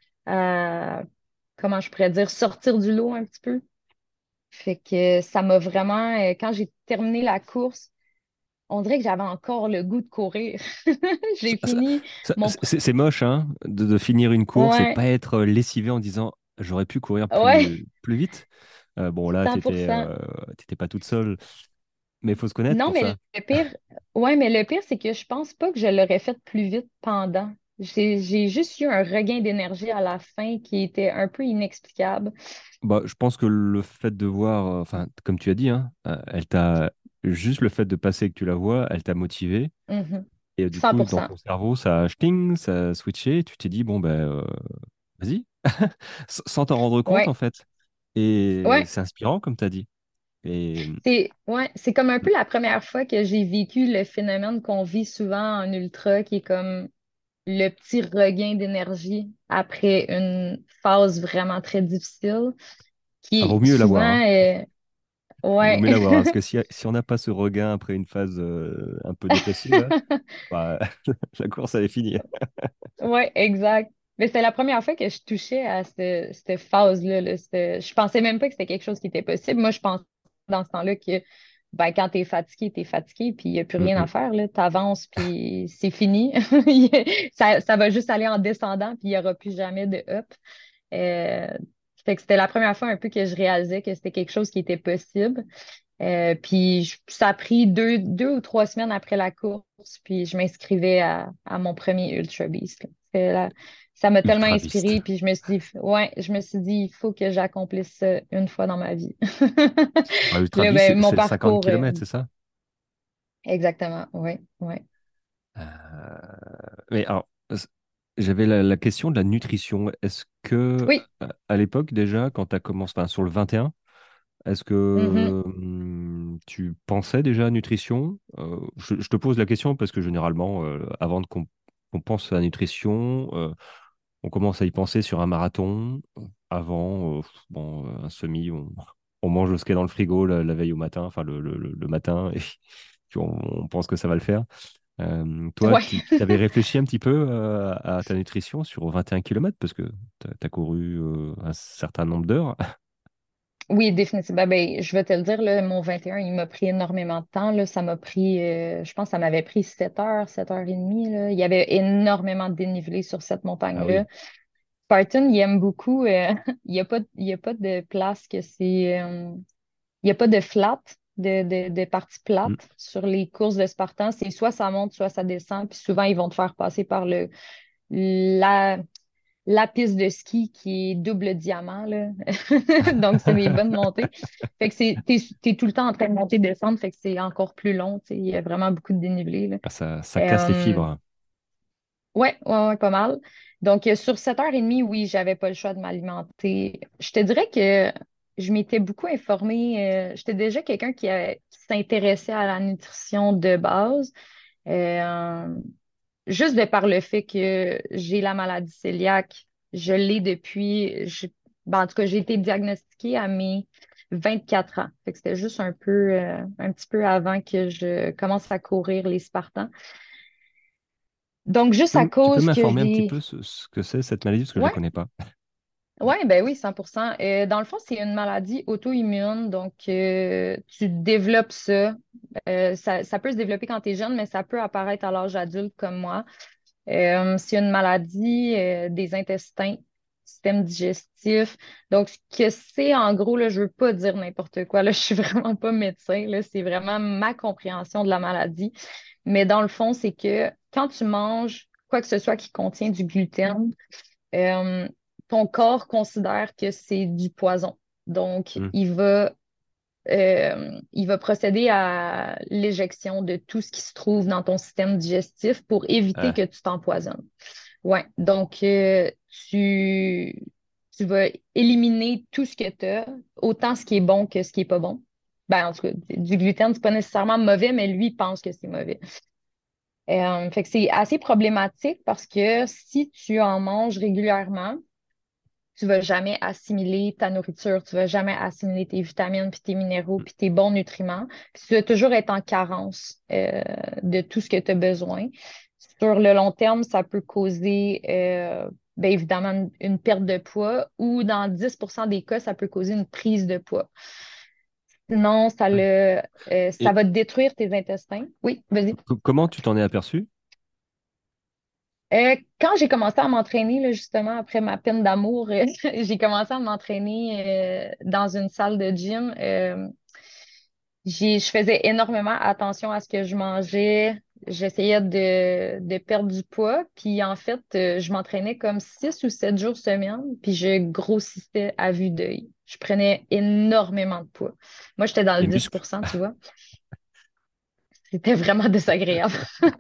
à, comment je pourrais dire, sortir du lot un petit peu. Fait que ça m'a vraiment, euh, quand j'ai terminé la course, on dirait que j'avais encore le goût de courir. Ça- J'ai ça- fini ça- mon... pr- C'est c'est moche, hein, de, de finir une course et Ouais, pas être euh, lessivé en disant j'aurais pu courir ouais, plus, plus vite. Euh, bon, là, cent tu pour n'étais cent. pas toute seule, mais il faut se connaître Non, pour mais ça. le pire, ouais, mais le pire, c'est que je pense pas que je l'aurais fait plus vite pendant. J'ai, j'ai juste eu un regain d'énergie à la fin qui était un peu inexplicable. Bah, je pense que le fait de voir, euh, enfin, comme tu as dit, hein, euh, elle t'a juste le fait de passer et que tu la vois, elle t'a motivé. Mhm. Et euh, du cent coup, pour dans cent. ton cerveau, ça a ch'ting, ça a switché. Et tu t'es dit, bon, ben, euh, vas-y, S- sans t'en rendre compte, en Ouais, fait. Et ouais. c'est inspirant, comme tu as dit. Et C'est ouais, c'est comme un peu la première fois que j'ai vécu le phénomène qu'on vit souvent en ultra, qui est comme le petit regain d'énergie après une phase vraiment très difficile, ah, vaut qui mieux l'avoir, hein. souvent est Vaut ouais. mieux l'avoir. Parce que si, si on n'a pas ce regain après une phase euh, un peu dépressive, là, bah, la course, elle est finie. Ouais, exact. Mais c'était la première fois que je touchais à ce- cette phase-là. Là. C'était- Je pensais même pas que c'était quelque chose qui était possible. Moi, je pense dans ce temps-là que ben, quand t'es fatigué, t'es fatigué, puis il n'y a plus Mm, rien à mm. faire. Là. T'avances, puis c'est fini. Ça, ça va juste aller en descendant, puis il n'y aura plus jamais de up. Euh, fait que c'était la première fois un peu que je réalisais que c'était quelque chose qui était possible. Euh, puis je- ça a pris deux, deux ou trois semaines après la course, puis je m'inscrivais à, à mon premier Ultra Beast. Là. C'est la- Ça m'a tellement Ultra Beast. inspirée, puis je me suis dit, ouais, je me suis dit, il faut que j'accomplisse ça une fois dans ma vie. Ah, Puis Ultra là, Beast, ben, c'est mon c'est le cinquante parcours, euh, kilomètres, c'est ça? exactement, oui, oui. Euh, Mais alors, s- j'avais la, la question de la nutrition. Est-ce que, Oui, à à l'époque déjà, quand tu as commencé, enfin, sur le vingt et un, est-ce mhm, que hum, tu pensais déjà à nutrition? Euh, je, je te pose la question parce que généralement, euh, avant de qu'on qu'on pense à la nutrition, euh, on commence à y penser sur un marathon. Avant, euh, bon, euh, un semi, on, on mange ce qu'il y a dans le frigo la, la veille au matin, enfin le, le- le- le matin, et puis on, on pense que ça va le faire. Euh, toi, ouais. tu tu avais réfléchi un petit peu euh, à ta nutrition sur vingt et un kilomètres parce que tu as couru euh, un certain nombre d'heures. Oui, définitivement. Ben, je vais te le dire, là, mon vingt et un, il m'a pris énormément de temps. Là. Ça m'a pris, euh, je pense que ça m'avait pris sept heures, sept heures et demie. Là. Il y avait énormément de dénivelé sur cette Ah montagne-là. oui. Spartan, il aime beaucoup. euh, il n'y a pas, il y a pas de place que c'est. euh, il n'y a pas de flat, de, de, de partie Mm. plate sur les courses de Spartan. C'est soit ça monte, soit ça descend. Puis souvent, ils vont te faire passer par le, la, la piste de ski qui est double diamant, là. Donc, c'est des bonnes montées. Fait que c'est, t'es, t'es tout le temps en train de monter, descendre. Fait que c'est encore plus long. Tu sais. Il y a vraiment beaucoup de dénivelé, là. Ah, ça, ça casse les Euh, fibres. Ouais, ouais, ouais, pas mal. Donc, euh, sur sept heures trente, oui, j'avais pas le choix de m'alimenter. Je te dirais que je m'étais beaucoup informée. Euh, j'étais déjà quelqu'un qui, a- qui s'intéressait à la nutrition de base. Euh, Juste de par le fait que j'ai la maladie cœliaque, je l'ai depuis, je- ben, en tout cas, j'ai été diagnostiquée à mes vingt-quatre ans. Fait que c'était juste un peu, euh, un petit peu avant que je commence à courir les Spartans. Donc, juste Tu à peux, tu peux cause que m'informer un petit j'ai... peu ce, ce que c'est cette maladie parce que je la Ouais, connais pas. oui, ben oui, cent pour cent. Euh, dans le fond, c'est une maladie auto-immune, donc euh, tu développes ça. Euh, ça. Ça peut se développer quand tu es jeune, mais ça peut apparaître à l'âge adulte comme moi. Euh, c'est une maladie euh, des intestins, système digestif. Donc, ce que c'est, en gros, là, je veux pas dire n'importe quoi, là, je suis vraiment pas médecin, là, c'est vraiment ma compréhension de la maladie. Mais dans le fond, c'est que quand tu manges quoi que ce soit qui contient du gluten, euh, ton corps considère que c'est du poison. Donc, Mm. il va, euh, il va procéder à l'éjection de tout ce qui se trouve dans ton système digestif pour éviter Ah, que tu t'empoisonnes. Ouais, donc euh, tu, tu vas éliminer tout ce que tu as, autant ce qui est bon que ce qui est pas bon. Ben, en tout cas, du gluten, c'est pas nécessairement mauvais, mais lui pense que c'est mauvais. Euh, fait que c'est assez problématique parce que si tu en manges régulièrement, tu vas jamais assimiler ta nourriture, tu vas jamais assimiler tes vitamines, puis tes minéraux, mm. puis tes bons nutriments. Puis tu vas toujours être en carence euh, de tout ce que tu as besoin. Sur le long terme, ça peut causer euh, bien évidemment une, une perte de poids ou dans dix pour cent des cas, ça peut causer une prise de poids. Sinon, ça, Ouais. le, euh, ça Et va détruire tes intestins. Oui, vas-y. co- comment tu t'en es aperçu? Euh, quand j'ai commencé à m'entraîner, là, justement, après ma peine d'amour, euh, j'ai commencé à m'entraîner euh, dans une salle de gym. Euh, j'ai, je faisais énormément attention à ce que je mangeais. J'essayais de, de perdre du poids. Puis en fait, euh, je m'entraînais comme six ou sept jours semaine. Puis je grossissais à vue d'œil. Je prenais énormément de poids. Moi, j'étais dans le Les dix muscles. pour cent, tu vois. C'était vraiment désagréable.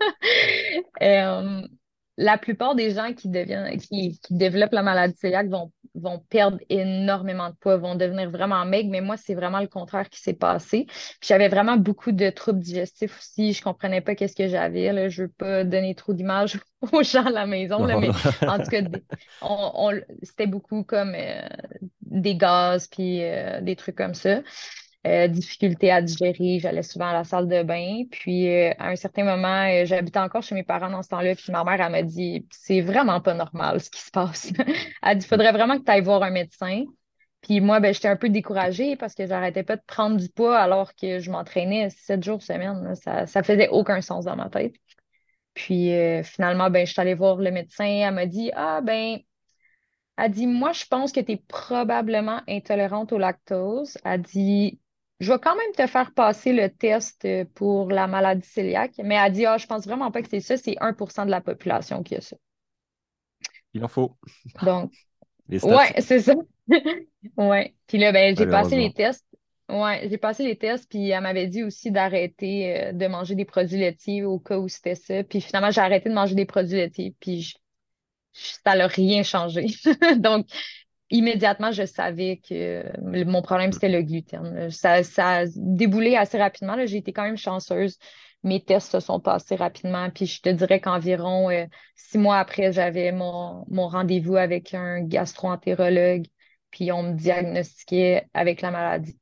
Euh, la plupart des gens qui deviennent, qui, qui développent la maladie cœliaque vont, vont perdre énormément de poids, vont devenir vraiment maigres, mais moi, c'est vraiment le contraire qui s'est passé. Puis j'avais vraiment beaucoup de troubles digestifs aussi. Je comprenais pas qu'est-ce que j'avais, là. Je veux pas donner trop d'image aux gens à la maison, là, Non, mais non. en tout cas, des- on, on- c'était beaucoup comme euh, des gaz, puis euh, des trucs comme ça. Euh, difficulté à digérer, j'allais souvent à la salle de bain. Puis euh, à un certain moment, euh, j'habitais encore chez mes parents dans ce temps-là, puis ma mère, elle m'a dit, c'est vraiment pas normal ce qui se passe. Elle dit, faudrait vraiment que tu ailles voir un médecin. Puis moi, ben, j'étais un peu découragée parce que j'arrêtais pas de prendre du poids alors que je m'entraînais sept jours semaine, là. Ça, ça faisait aucun sens dans ma tête. Puis euh, finalement, ben, je suis allée voir le médecin. Elle m'a dit, ah ben, elle dit, moi, je pense que tu es probablement intolérante au lactose. Elle dit, je vais quand même te faire passer le test euh, pour la maladie cœliaque. Mais elle dit, ah, je pense vraiment pas que c'est ça, c'est un pour cent de la population qui a ça. Il en faut. Donc, Les stats, ouais, c'est ça. Ouais. Puis là, ben, j'ai passé les malheureusement. tests. Ouais, j'ai passé les tests, puis elle m'avait dit aussi d'arrêter euh, de manger des produits laitiers au cas où c'était ça. Puis finalement, j'ai arrêté de manger des produits laitiers, puis je- je- ça n'a rien changé. Donc, immédiatement, je savais que euh, mon problème, c'était le gluten. Ça, ça a déboulé assez rapidement, là. J'ai été quand même chanceuse. Mes tests se sont passés rapidement. Puis je te dirais qu'environ euh, six mois après, j'avais mon, mon rendez-vous avec un gastro-entérologue. Puis on me diagnostiquait avec la maladie.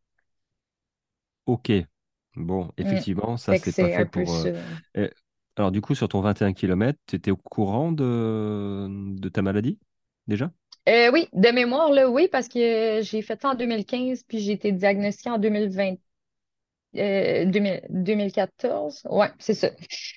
Ok. Bon, Mm. effectivement, ça, Fait que c'est pas c'est fait un peu pour. euh, ça. eh, Alors, du coup, sur ton vingt et un kilomètres, tu étais au courant de... de ta maladie, déjà? Euh, oui, de mémoire, là, oui, parce que j'ai fait ça en deux mille quinze, puis j'ai été diagnostiquée en deux mille vingt, euh, deux mille deux mille quatorze. Ouais, c'est ça.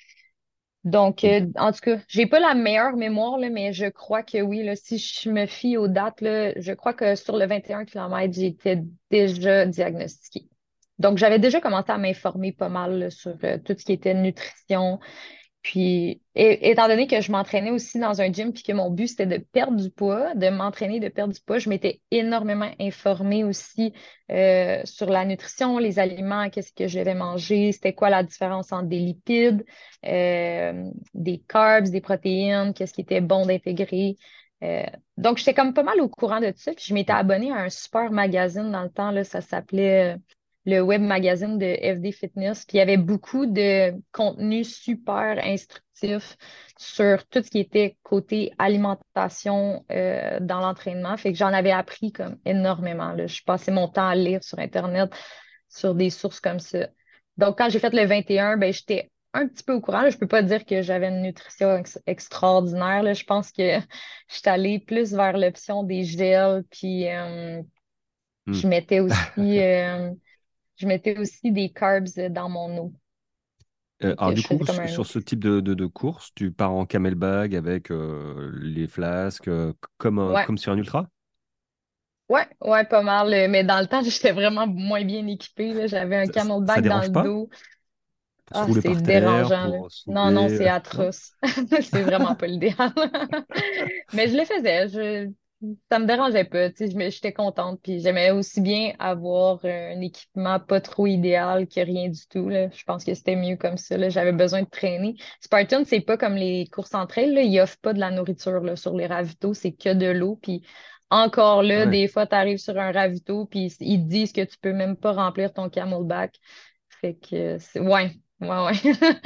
Donc, Mm. euh, en tout cas, j'ai pas la meilleure mémoire, là, mais je crois que oui, là, si je me fie aux dates, là, je crois que sur le vingt et un kilomètres, j'étais déjà diagnostiquée. Donc, j'avais déjà commencé à m'informer pas mal là, sur euh, tout ce qui était nutrition, puis, et- étant donné que je m'entraînais aussi dans un gym, puis que mon but, c'était de perdre du poids, de m'entraîner, de perdre du poids, je m'étais énormément informée aussi euh, sur la nutrition, les aliments, qu'est-ce que je devais manger, c'était quoi la différence entre des lipides, euh, des carbs, des protéines, qu'est-ce qui était bon d'intégrer. Euh, donc, j'étais comme pas mal au courant de tout ça, puis je m'étais Mm. abonnée à un super magazine dans le temps, là, ça s'appelait... euh, le web magazine de F D Fitness. Puis il y avait beaucoup de contenu super instructif sur tout ce qui était côté alimentation euh, dans l'entraînement. Fait que j'en avais appris comme énormément, là. Je passais mon temps à lire sur Internet sur des sources comme ça. Donc, quand j'ai fait le vingt et un, ben, j'étais un petit peu au courant, là. Je peux pas dire que j'avais une nutrition ex- extraordinaire, là. Je pense que je suis allée plus vers l'option des gels, puis euh, Mm. je mettais aussi euh, je mettais aussi des carbs dans mon eau. Euh, Fait alors que du je faisais coup, comme s- un sur ce mix. type de, de, de course, tu pars en camelback avec euh, les flasques, euh, c- comme, un- Ouais, comme sur un ultra? ouais, ouais, pas mal. euh, Mais dans le temps, j'étais vraiment moins bien équipée, là. J'avais un Ça, ça- ça camelback dans dérange le pas? dos. Pour se Ah, rouler c'est par terre, dérangeant, là. pour Non, non, soulever, c'est euh, non? atroce. C'est vraiment pas l'idéal. Mais je le faisais. Je... Ça me dérangeait pas. Tu sais, je me- j'étais contente. Puis j'aimais aussi bien avoir euh, un équipement pas trop idéal que rien du tout, là. Je pense que c'était mieux comme ça, là. J'avais besoin de traîner. Spartan, c'est pas comme les courses entre elles, là. Ils offrent pas de la nourriture, là, sur les ravitaux. C'est que de l'eau. Puis encore là, Ouais. des fois, tu arrives sur un ravito, puis ils te disent que tu peux même pas remplir ton camelback. Fait que, c'est... ouais, ouais, ouais.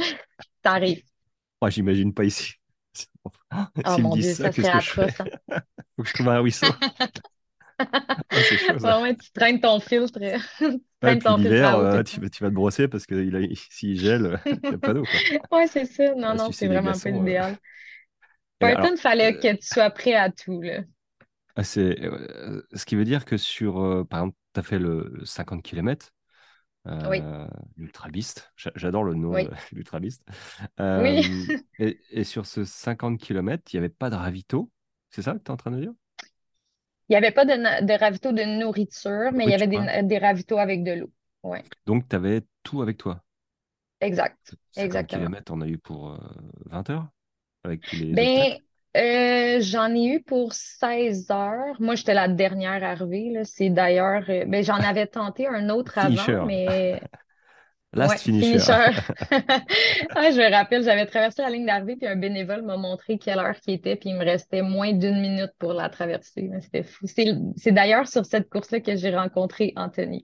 Ça arrive. Moi, j'imagine pas ici. Oh S'ils me mon disent Dieu, ça, ça qu'est-ce serait que je fais? atroce, hein. Faut que je trouve un ruisseau. Ah, c'est chaud ça. Ouais, ouais, tu traînes ton filtre. Tu Ouais, et traînes puis ton filtre l'hiver, à eau tout euh, le tu, temps. vas- tu vas te brosser parce que il a, s'il gèle, euh, t'as pas d'eau, quoi. Ouais, c'est ça. Non, À non, c'est sucer des vraiment pas glaçons. euh. l'idéal. Et alors, Spartan, fallait euh, que tu sois prêt à tout, là. ah, c'est, euh, ce qui veut dire que sur, euh, par exemple, tu as fait le, le cinquante kilomètres, Oui, euh, l'Ultra Beast. J'a- J'adore le nom, euh, oui, l'Ultra Beast. oui. Euh, et, et sur ce cinquante kilomètres, il n'y avait pas de ravito. C'est ça que tu es en train de dire? Il n'y avait pas de, na- de ravito de nourriture, mais il y avait Nourriture, hein. des, des ravitaux avec de l'eau. Oui, Donc, tu avais tout avec toi. exact. cinquante Exactement. kilomètres, on a eu pour euh, vingt heures, avec tous les Ben, obstacles. euh, j'en ai eu pour seize heures. Moi, j'étais la dernière arrivée, là. C'est d'ailleurs, euh, ben, j'en avais tenté un autre avant, Finisher. mais Last Ouais, finisher. finisher. Ah, je me rappelle, j'avais traversé la ligne d'arrivée, puis un bénévole m'a montré quelle heure qui était, puis il me restait moins d'une minute pour la traverser. C'était fou. C'est, c'est d'ailleurs sur cette course-là que j'ai rencontré Anthony.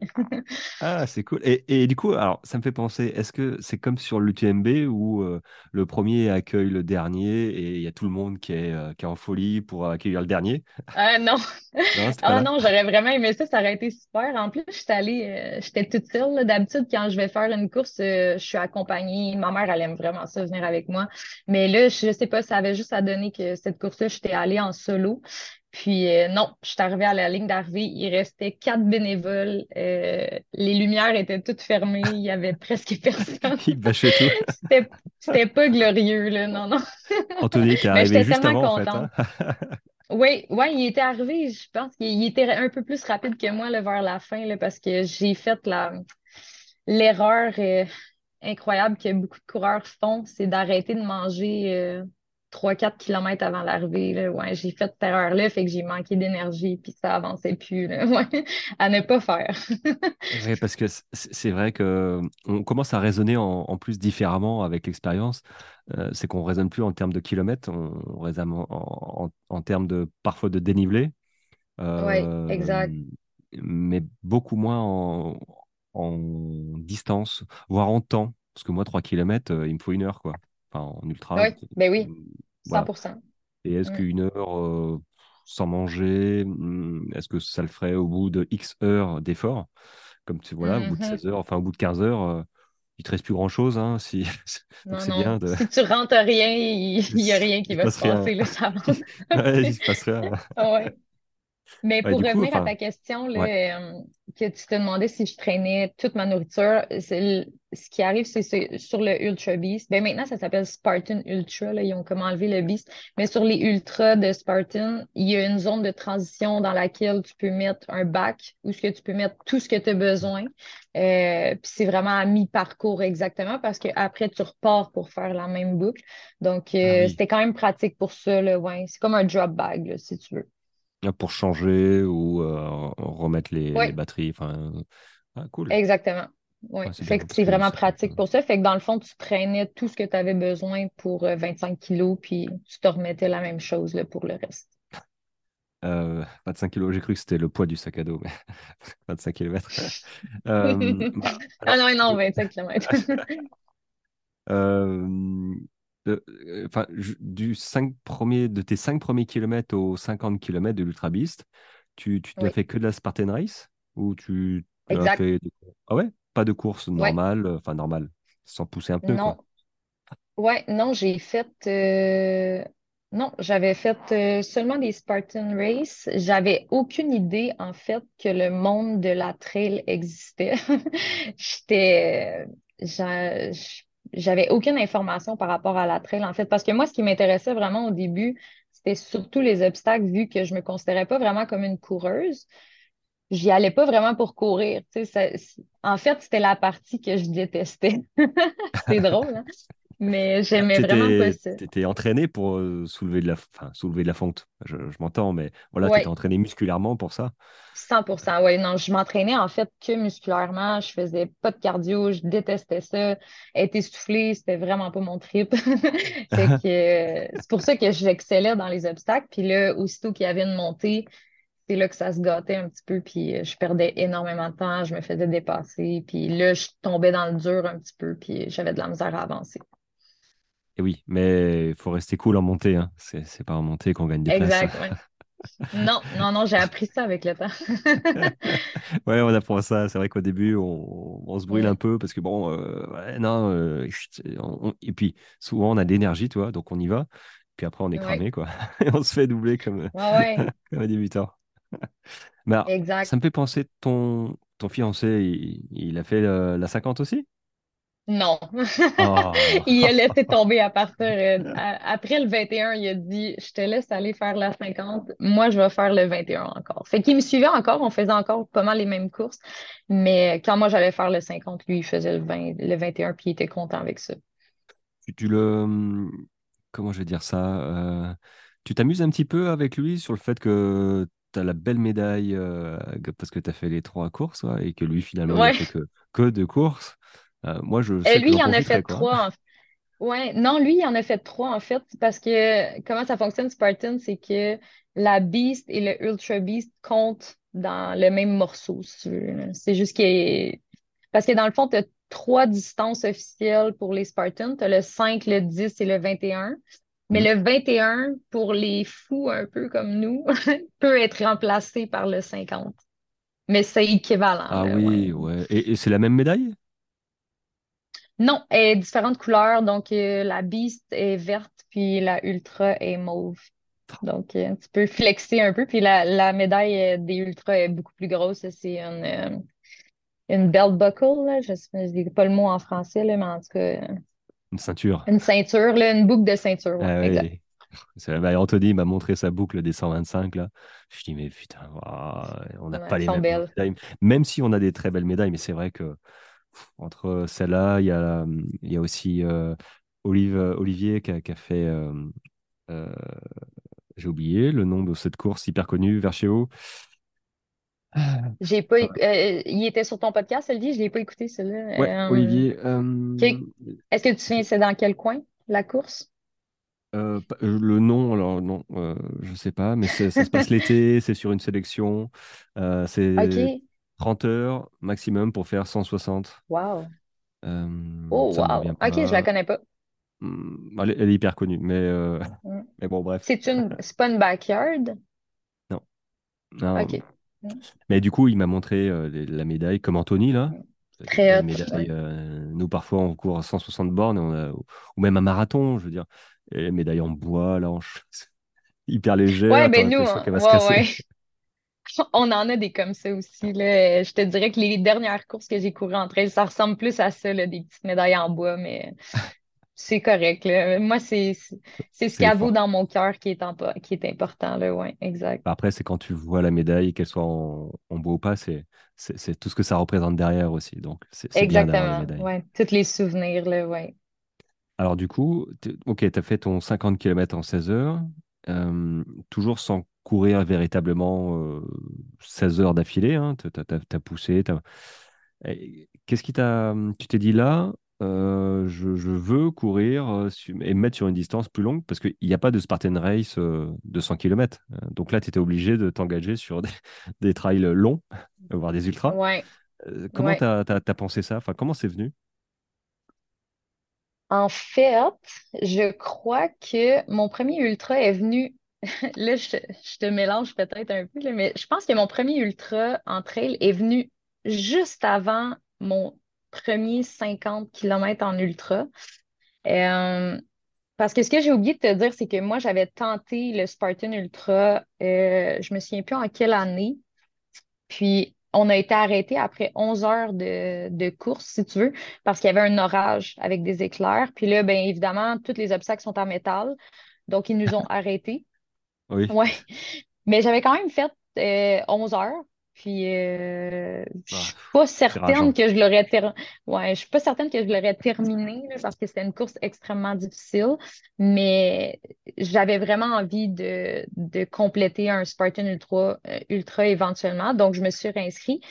Ah, c'est cool. Et, et du coup, alors, ça me fait penser, est-ce que c'est comme sur l'U T M B où euh, le premier accueille le dernier et il y a tout le monde qui est, euh, qui est en folie pour accueillir le dernier? Ah non, Non, c'était pas ah là. non, j'aurais vraiment aimé ça, ça aurait été super. En plus, j'étais allée, euh, j'étais toute seule, là. D'habitude, quand je vais faire une course, euh, je suis accompagnée. Ma mère, elle aime vraiment ça, venir avec moi. Mais là, je sais pas, ça avait juste à donner que cette course-là, j'étais allée en solo. Puis euh, non, je suis arrivée à la ligne d'arrivée, il restait quatre bénévoles, euh, les lumières étaient toutes fermées, il y avait presque personne. Il bâchait tout. C'était, c'était pas glorieux, là, non, non. Anthony, t'es Mais arrivé j'étais juste tellement avant en fait, hein. contente. Oui, ouais, il était arrivé, je pense qu'il était un peu plus rapide que moi là, vers la fin là, parce que j'ai fait la l'erreur euh, incroyable que beaucoup de coureurs font, c'est d'arrêter de manger euh, trois quatre kilomètres avant l'arrivée. Là. Ouais, j'ai fait cette erreur-là, fait que j'ai manqué d'énergie, puis ça avançait plus. Là. Ouais, à ne pas faire. Oui, parce que c- c'est vrai que on commence à raisonner en, en plus différemment avec l'expérience. Euh, c'est qu'on raisonne plus en termes de kilomètres, on, on raisonne en, en- en termes de parfois de dénivelé, Oui, euh, exact. mais beaucoup moins en, en distance, voire en temps. Parce que moi, trois kilomètres, euh, il me faut une heure, quoi. Enfin, en ultra. Oui, ben oui, euh, cent Voilà. pour cent. Et est-ce Mm. qu'une heure euh, sans manger, hmm, est-ce que ça le ferait au bout de X heures d'effort? Comme tu voilà, au bout de Mhm. seize heures, enfin au bout de quinze heures, euh, il te reste plus grand-chose, hein, si... Donc Non, c'est bien non. de... Si tu rentres rien, il Il n'y a rien qui se va se passe rien. passer, là, ça avance. Ouais, il se passe rien. Ouais. Mais Ouais, pour du coup, revenir à enfin, ta question, ouais. là, euh, que tu te demandais si je traînais toute ma nourriture, c'est le- ce qui arrive, c'est c'est sur le Ultra Beast. Ben maintenant, ça s'appelle Spartan Ultra. Là, ils ont comme enlevé le Beast. Mais sur les Ultras de Spartan, il y a une zone de transition dans laquelle tu peux mettre un bac où ce que tu peux mettre tout ce que tu as besoin. Euh, puis c'est vraiment à mi-parcours exactement parce qu'après, tu repars pour faire la même boucle. Donc, Ah euh, oui. c'était quand même pratique pour ça. Là, ouais. C'est comme un drop bag, là, si tu veux. Ah, pour changer ou euh, remettre les, les Oui. batteries. Enfin, euh, ah, cool. Exactement. Oui. Ouais, c'est Fait bien que parce c'est que vraiment c'est vrai que... pratique pour ça. Fait que dans le fond, tu traînais tout ce que tu avais besoin pour euh, vingt-cinq kilos, puis tu te remettais la même chose là, pour le reste. Euh, vingt-cinq kilos, j'ai cru que c'était le poids du sac à dos, mais vingt-cinq kilomètres. Euh, bah, Ah alors, non, non, je- vingt-cinq kilomètres. Euh, euh, euh, enfin, ju- du cinq premiers, de tes cinq premiers kilomètres aux cinquante kilomètres de l'Ultra Beast, tu, tu n'as Oui, fait que de la Spartan Race ou tu, tu as exact. fait des- Ah ouais? Pas de course Oui, normale, euh, enfin normale, sans pousser un peu, quoi. non. Ouais, non, j'ai fait. euh, Non, j'avais fait euh, seulement des Spartan Race. J'avais aucune idée, en fait, que le monde de la trail existait. J'étais. j'a- J'avais aucune information par rapport à la trail, en fait, parce que moi, ce qui m'intéressait vraiment au début, c'était surtout les obstacles, vu que je me considérais pas vraiment comme une coureuse. J'y allais pas vraiment pour courir. Tu sais, ça- c'est- en fait, c'était la partie que je détestais. C'est drôle, hein? Mais Ah, j'aimais vraiment pas t'étais, ça. t'étais entraîné pour euh, soulever de la, enfin, soulever de la fonte. Je, je m'entends, mais voilà, t'étais Oui, entraîné musculairement pour ça. cent pour cent. Oui, non, je m'entraînais en fait que musculairement. Je faisais pas de cardio. Je détestais ça. Être essoufflée, c'était vraiment pas mon trip. Fait que euh, c'est pour ça que j'excellais dans les obstacles. Puis là, aussitôt qu'il y avait une montée, c'est là que ça se gâtait un petit peu. Puis euh, je perdais énormément de temps. Je me faisais dépasser. Puis là, je tombais dans le dur un petit peu. Puis j'avais de la misère à avancer. Et oui, mais il faut rester cool en montée, hein. C'est, c'est pas en montée qu'on gagne des places. Exact, ouais. Non, non, non, j'ai appris ça avec le temps. Ouais, on apprend ça. C'est vrai qu'au début, on, on se brûle un Mm, peu parce que bon, euh, ouais, non. euh, chut, on- on- et puis, souvent, on a de l'énergie, tu vois, donc on y va. Puis après, on est ouais, cramé, quoi. Et on se fait doubler comme, ouais, ouais, comme un débutant. Mais alors, exact. ça me fait penser, ton, ton fiancé, il, il a fait euh, la cinquante aussi? Non. Oh, Il a laissé tomber à partir, euh, à- après le vingt et un, il a dit, je te laisse aller faire la cinquante, moi je vais faire le vingt et un encore. Fait qu'il me suivait encore, on faisait encore pas mal les mêmes courses, mais quand moi j'allais faire le cinquante, lui il faisait le vingt, le vingt et un, puis il était content avec ça. tu, tu le... hum, Comment je vais dire ça? euh, Tu t'amuses un petit peu avec lui sur le fait que tu as la belle médaille euh, que- parce que tu as fait les trois courses, ouais, et que lui, finalement, il a Ouais. fait que, que deux courses. Euh, moi, je Euh, sais que lui, j'en il en a profiterai, fait quoi. trois. En... Ouais, non, lui, il en a fait trois, en fait, parce que comment ça fonctionne, Spartan, c'est que la Beast et le Ultra Beast comptent dans le même morceau, si tu veux, là. C'est juste que... Parce que dans le fond, tu as trois distances officielles pour les Spartans. Tu as le cinq, le dix et le vingt et un. Mais Hmm. le vingt et un, pour les fous un peu comme nous, peut être remplacé par le cinquante. Mais c'est équivalent, Ah là, ouais. oui, ouais. Et, et c'est la même médaille? Non, elle est différentes couleurs. Donc, euh, la Beast est verte, puis la Ultra est mauve. Donc, euh, tu peux flexer un peu. Puis la, la médaille euh, des Ultras est beaucoup plus grosse. C'est une, euh, une belt buckle, là. Je ne dis pas le mot en français, là, mais en tout cas, euh, Une ceinture. une ceinture, là, une boucle de ceinture. Ouais, Ah exact. oui. C'est- bah, Anthony m'a montré sa boucle des cent vingt-cinq là. Je dis, mais putain, waouh, on n'a Ouais, pas elles les sont mêmes belles. médailles. Même si on a des très belles médailles, mais c'est vrai que pff, entre celle-là, il y a, il y a aussi euh, Olive, Olivier qui a, qui a fait, euh, euh, j'ai oublié le nom de cette course hyper connue, vers chez vous. J'ai pas, éc- euh, il était sur ton podcast, Olivier, je l'ai pas écouté, Ouais, celui-là. Euh, Olivier. OK. euh, Est-ce que tu sais, c'est dans quel coin, la course? euh, pa- euh, le nom, alors non, euh, je sais pas, mais c'est- ça se passe l'été, c'est sur une sélection, euh, c'est OK. trente heures maximum pour faire cent soixante. Wow. Euh, Oh, ça me revient wow. OK, je la pas. connais pas. Hum, Elle, est elle est hyper connue, mais, euh, Mm. mais bon, bref. C'est une, c'est pas une backyard? Non, non. OK. Mm. Mais du coup, il m'a montré euh, les- la médaille, comme Anthony, là. Mm. C'est Des Très belles hot. médailles. Ouais. euh, nous, parfois, on court à cent soixante bornes, et on a- ou même un marathon, je veux dire. Et les médailles en bois, là, en ch- hyper Ouais, légère, t'as ben nous, l'impression hein, qu'elle va se ouais, casser. ouais. On en a des comme ça aussi, là. Je te dirais que les dernières courses que j'ai courues entre elles, ça ressemble plus à ça, là, des petites médailles en bois, mais c'est correct, là. Moi, c'est c'est c'est ce C'est qu'elle vaut l'effort. dans mon cœur qui est, empo- qui est important, là, ouais, exact. Après, c'est quand tu vois la médaille, qu'elle soit en, en bois ou pas, c'est c'est- c'est tout ce que ça représente derrière aussi. Donc, c'est c'est bien d'avoir les Exactement, médailles. ouais. Tous les souvenirs, là, ouais. Alors du coup, t'es- ok, tu as fait ton cinquante kilomètres en seize heures, euh, toujours sans courir véritablement euh, seize heures d'affilée, hein, tu as, poussé. t'as- Et Qu'est-ce qui t'a... Tu t'es dit là, euh, je, je veux courir euh, su- et me mettre sur une distance plus longue parce qu'il n'y a pas de Spartan Race euh, de cent kilomètres. Donc là, tu étais obligé de t'engager sur des, des trails longs, voire des ultras. Ouais, Euh, comment tu ouais. as, pensé ça? Enfin, comment c'est venu? En fait, je crois que mon premier ultra est venu. Là, je, te je te mélange peut-être un peu, là, mais je pense que mon premier ultra en trail est venu juste avant mon premier cinquante kilomètres en ultra. Euh, Parce que ce que j'ai oublié de te dire, c'est que moi, j'avais tenté le Spartan Ultra, euh, je me souviens plus en quelle année, puis on a été arrêté après onze heures de, de course, si tu veux, parce qu'il y avait un orage avec des éclairs. Puis là, bien évidemment, tous les obstacles sont en métal, donc ils nous ont arrêtés. Oui. Ouais. Mais j'avais quand même fait euh, onze heures. Puis euh, je Ah, suis pas c'est rageant. certaine que je l'aurais ter... ouais, je suis pas certaine que je l'aurais terminé là, parce que c'était une course extrêmement difficile. Mais j'avais vraiment envie de, de compléter un Spartan Ultra, euh, Ultra éventuellement. Donc je me suis réinscrite.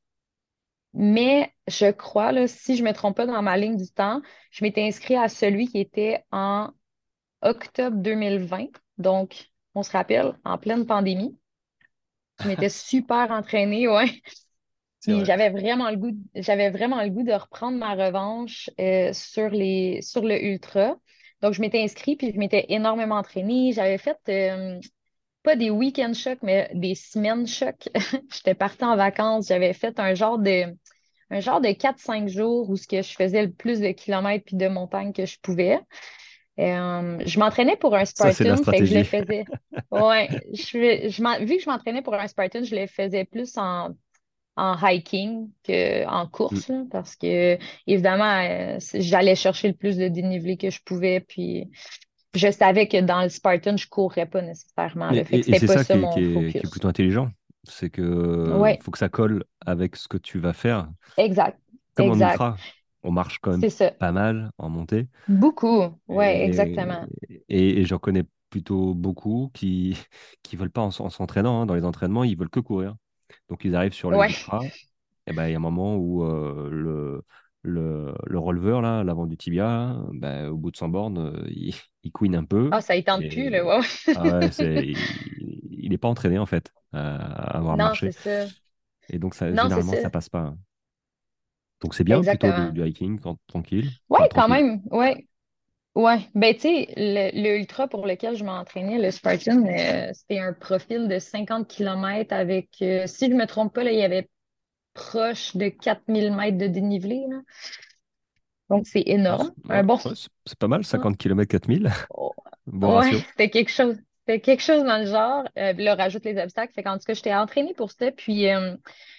Mais je crois, là, si je me trompe pas dans ma ligne du temps, je m'étais inscrite à celui qui était en octobre deux mille vingt. Donc, on se rappelle, en pleine pandémie. Je m'étais super entraînée, ouais. C'est Puis vrai. j'avais vraiment le goût, de- j'avais vraiment le goût de reprendre ma revanche euh, sur les, sur le ultra. Donc, je m'étais inscrite, puis je m'étais énormément entraînée. J'avais fait, euh, pas des week-end chocs, mais des semaines chocs. J'étais partie en vacances. J'avais fait un genre de, un genre de quatre cinq jours où ce que je faisais le plus de kilomètres puis de montagnes que je pouvais. Euh, je m'entraînais pour un Ça, c'est de la Spartan, fait que je le stratégie. faisais. Ouais, je, je m'en- vu que je m'entraînais pour un Spartan, je le faisais plus en, en hiking qu'en Mm. course, là, parce que, évidemment, euh, c'est- j'allais chercher le plus de dénivelé que je pouvais, puis je savais que dans le Spartan, je courrais pas nécessairement, Et, là, fait que et- et c'était c'est pas ça qui ça est, qui mon est, qui est focus. plutôt intelligent. C'est que euh, Ouais, faut que ça colle avec ce que tu vas faire. exact, Comme en exact. ultra, on marche quand même C'est ça. pas mal en montée. Beaucoup, ouais, Et, exactement. et, et j'en connais plutôt beaucoup qui qui veulent pas en, s- en s'entraînant, hein. Dans les entraînements, ils veulent que courir. Donc ils arrivent sur les Ouais, ultras. Et ben il y a un moment où euh, le, le, le releveur, là, l'avant du tibia, là, bah, au bout de cent bornes, euh, il, il couine un peu. Ah, ça y tente plus, là, Et ouais. ah ouais, c'est, il n'est pas entraîné, en fait, à, à avoir Non, marché. c'est ça. Et donc, ça, Non, c'est généralement, ça. ça passe pas, hein. Donc, c'est bien, plutôt du, Exactement. du hiking, quand- tranquille. Ouais, Enfin, quand tranquille. même. Ouais. Ouais. Ben, tu sais, le, le ultra pour lequel je m'entraînais, le Spartan, euh, c'était un profil de cinquante kilomètres avec, euh, si je me trompe pas, là, il y avait proche de quatre mille mètres de dénivelé, là. Donc, c'est Ah, c'est énorme. ouais, Un bon. ouais, c'est c'est pas mal, cinquante kilomètres, quatre mille. Oh, Bon ouais, ratio. c'était quelque chose. C'était quelque chose dans le genre. Euh, puis là, rajoute les obstacles. Fait qu'en tout cas, j'étais entraînée pour ça. Puis, euh,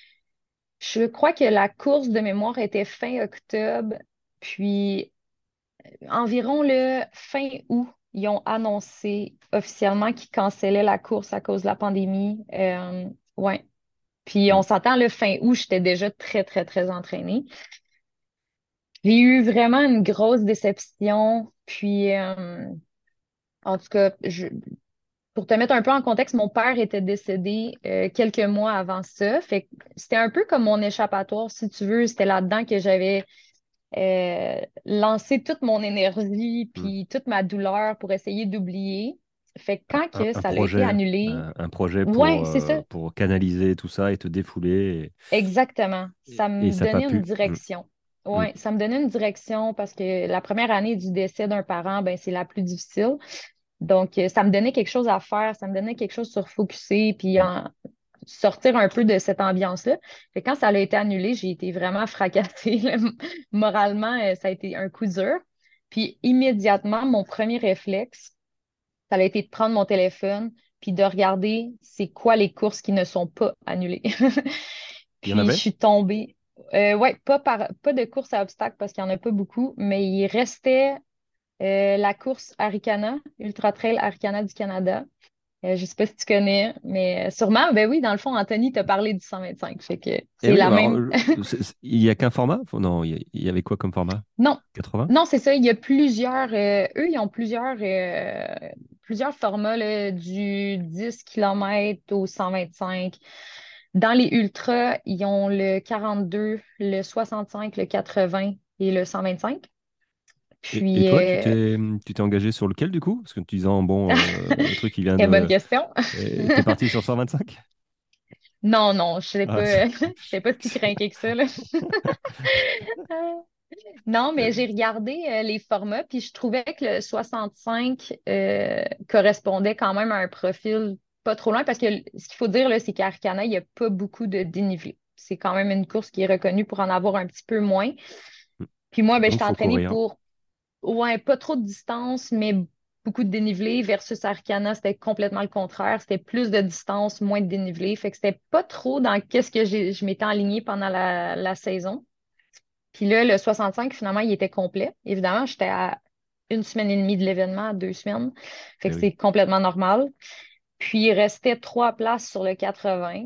je crois que la course de mémoire était fin octobre. Puis, environ le fin août, ils ont annoncé officiellement qu'ils cancellaient la course à cause de la pandémie. Euh, ouais. Puis, on Mm. s'entend le fin août, j'étais déjà très, très, très entraînée. J'ai eu vraiment une grosse déception. Puis, euh, en tout cas, je, pour te mettre un peu en contexte, mon père était décédé euh, quelques mois avant ça. Fait que c'était un peu comme mon échappatoire, si tu veux. C'était là-dedans que j'avais euh, lancé toute mon énergie Mm. puis toute ma douleur pour essayer d'oublier. Fait que quand Un, que un ça a été projet, annulé, un, un projet ouais, pour, c'est euh, ça, pour canaliser tout ça et te défouler. exactement. Et, Ça et me ça n'a pas donnait une pu. Mm. direction. Mm. Ouais, ça me donnait une direction parce que la première année du décès d'un parent, ben, c'est la plus difficile. Donc, euh, ça me donnait quelque chose à faire, ça me donnait quelque chose sur focuser, puis Mm. en- sortir un peu de cette ambiance-là. Fait que quand ça a été annulé, j'ai été vraiment fracassée, là. Moralement, euh, ça a été un coup dur. Puis immédiatement, mon premier réflexe, ça a été de prendre mon téléphone puis de regarder c'est quoi les courses qui ne sont pas annulées. Il y en Puis je avait? suis tombée. Euh, ouais, pas par, pas de course à obstacles parce qu'il n'y en a pas beaucoup, mais il restait euh, la course Arikana, Ultra Trail Arikana du Canada. Euh, je sais pas si tu connais, mais euh, sûrement, ben oui, dans le fond, Anthony t'a parlé du cent vingt-cinq. Fait que Eh c'est oui, la bah alors, même. euh, c'est- c'est- il y a qu'un format? Faut- Non, il y, a- il y avait quoi comme format? Non, quatre-vingts? non, c'est ça. Il y a plusieurs. Euh, eux, ils ont plusieurs, euh, plusieurs formats là, du dix kilomètres au cent vingt-cinq. Dans les ultras, ils ont le quarante-deux, le soixante-cinq, le quatre-vingts et le cent vingt-cinq. Et, et Puis, toi, tu euh, t'es, tu t'es engagé sur lequel du coup? Parce que tu disant, bon, euh, le truc, il vient très bonne de. question. Et t'es parti sur cent vingt-cinq? Non, non, je ne Ah, pas, c'est- je sais pas si craqué que ça, là. Non, mais j'ai regardé euh, les formats, puis je trouvais que le soixante-cinq euh, correspondait quand même à un profil pas trop loin, parce que l- ce qu'il faut dire, là, c'est qu'à Arcana, il n'y a pas beaucoup de dénivelé. C'est quand même une course qui est reconnue pour en avoir un petit peu moins. Puis moi, ben, Donc, j'étais faut entraînée courir. pour, ouais, pas trop de distance, mais beaucoup de dénivelé, versus Arcana, c'était complètement le contraire. C'était plus de distance, moins de dénivelé. Fait que c'était pas trop dans qu'est-ce que j'ai- je m'étais alignée pendant la, la saison. Puis là, le soixante-cinq, finalement, il était complet. Évidemment, j'étais à une semaine et demie de l'événement, à deux semaines. Fait Eh que oui. c'est complètement normal. Puis il restait trois places sur le quatre-vingts.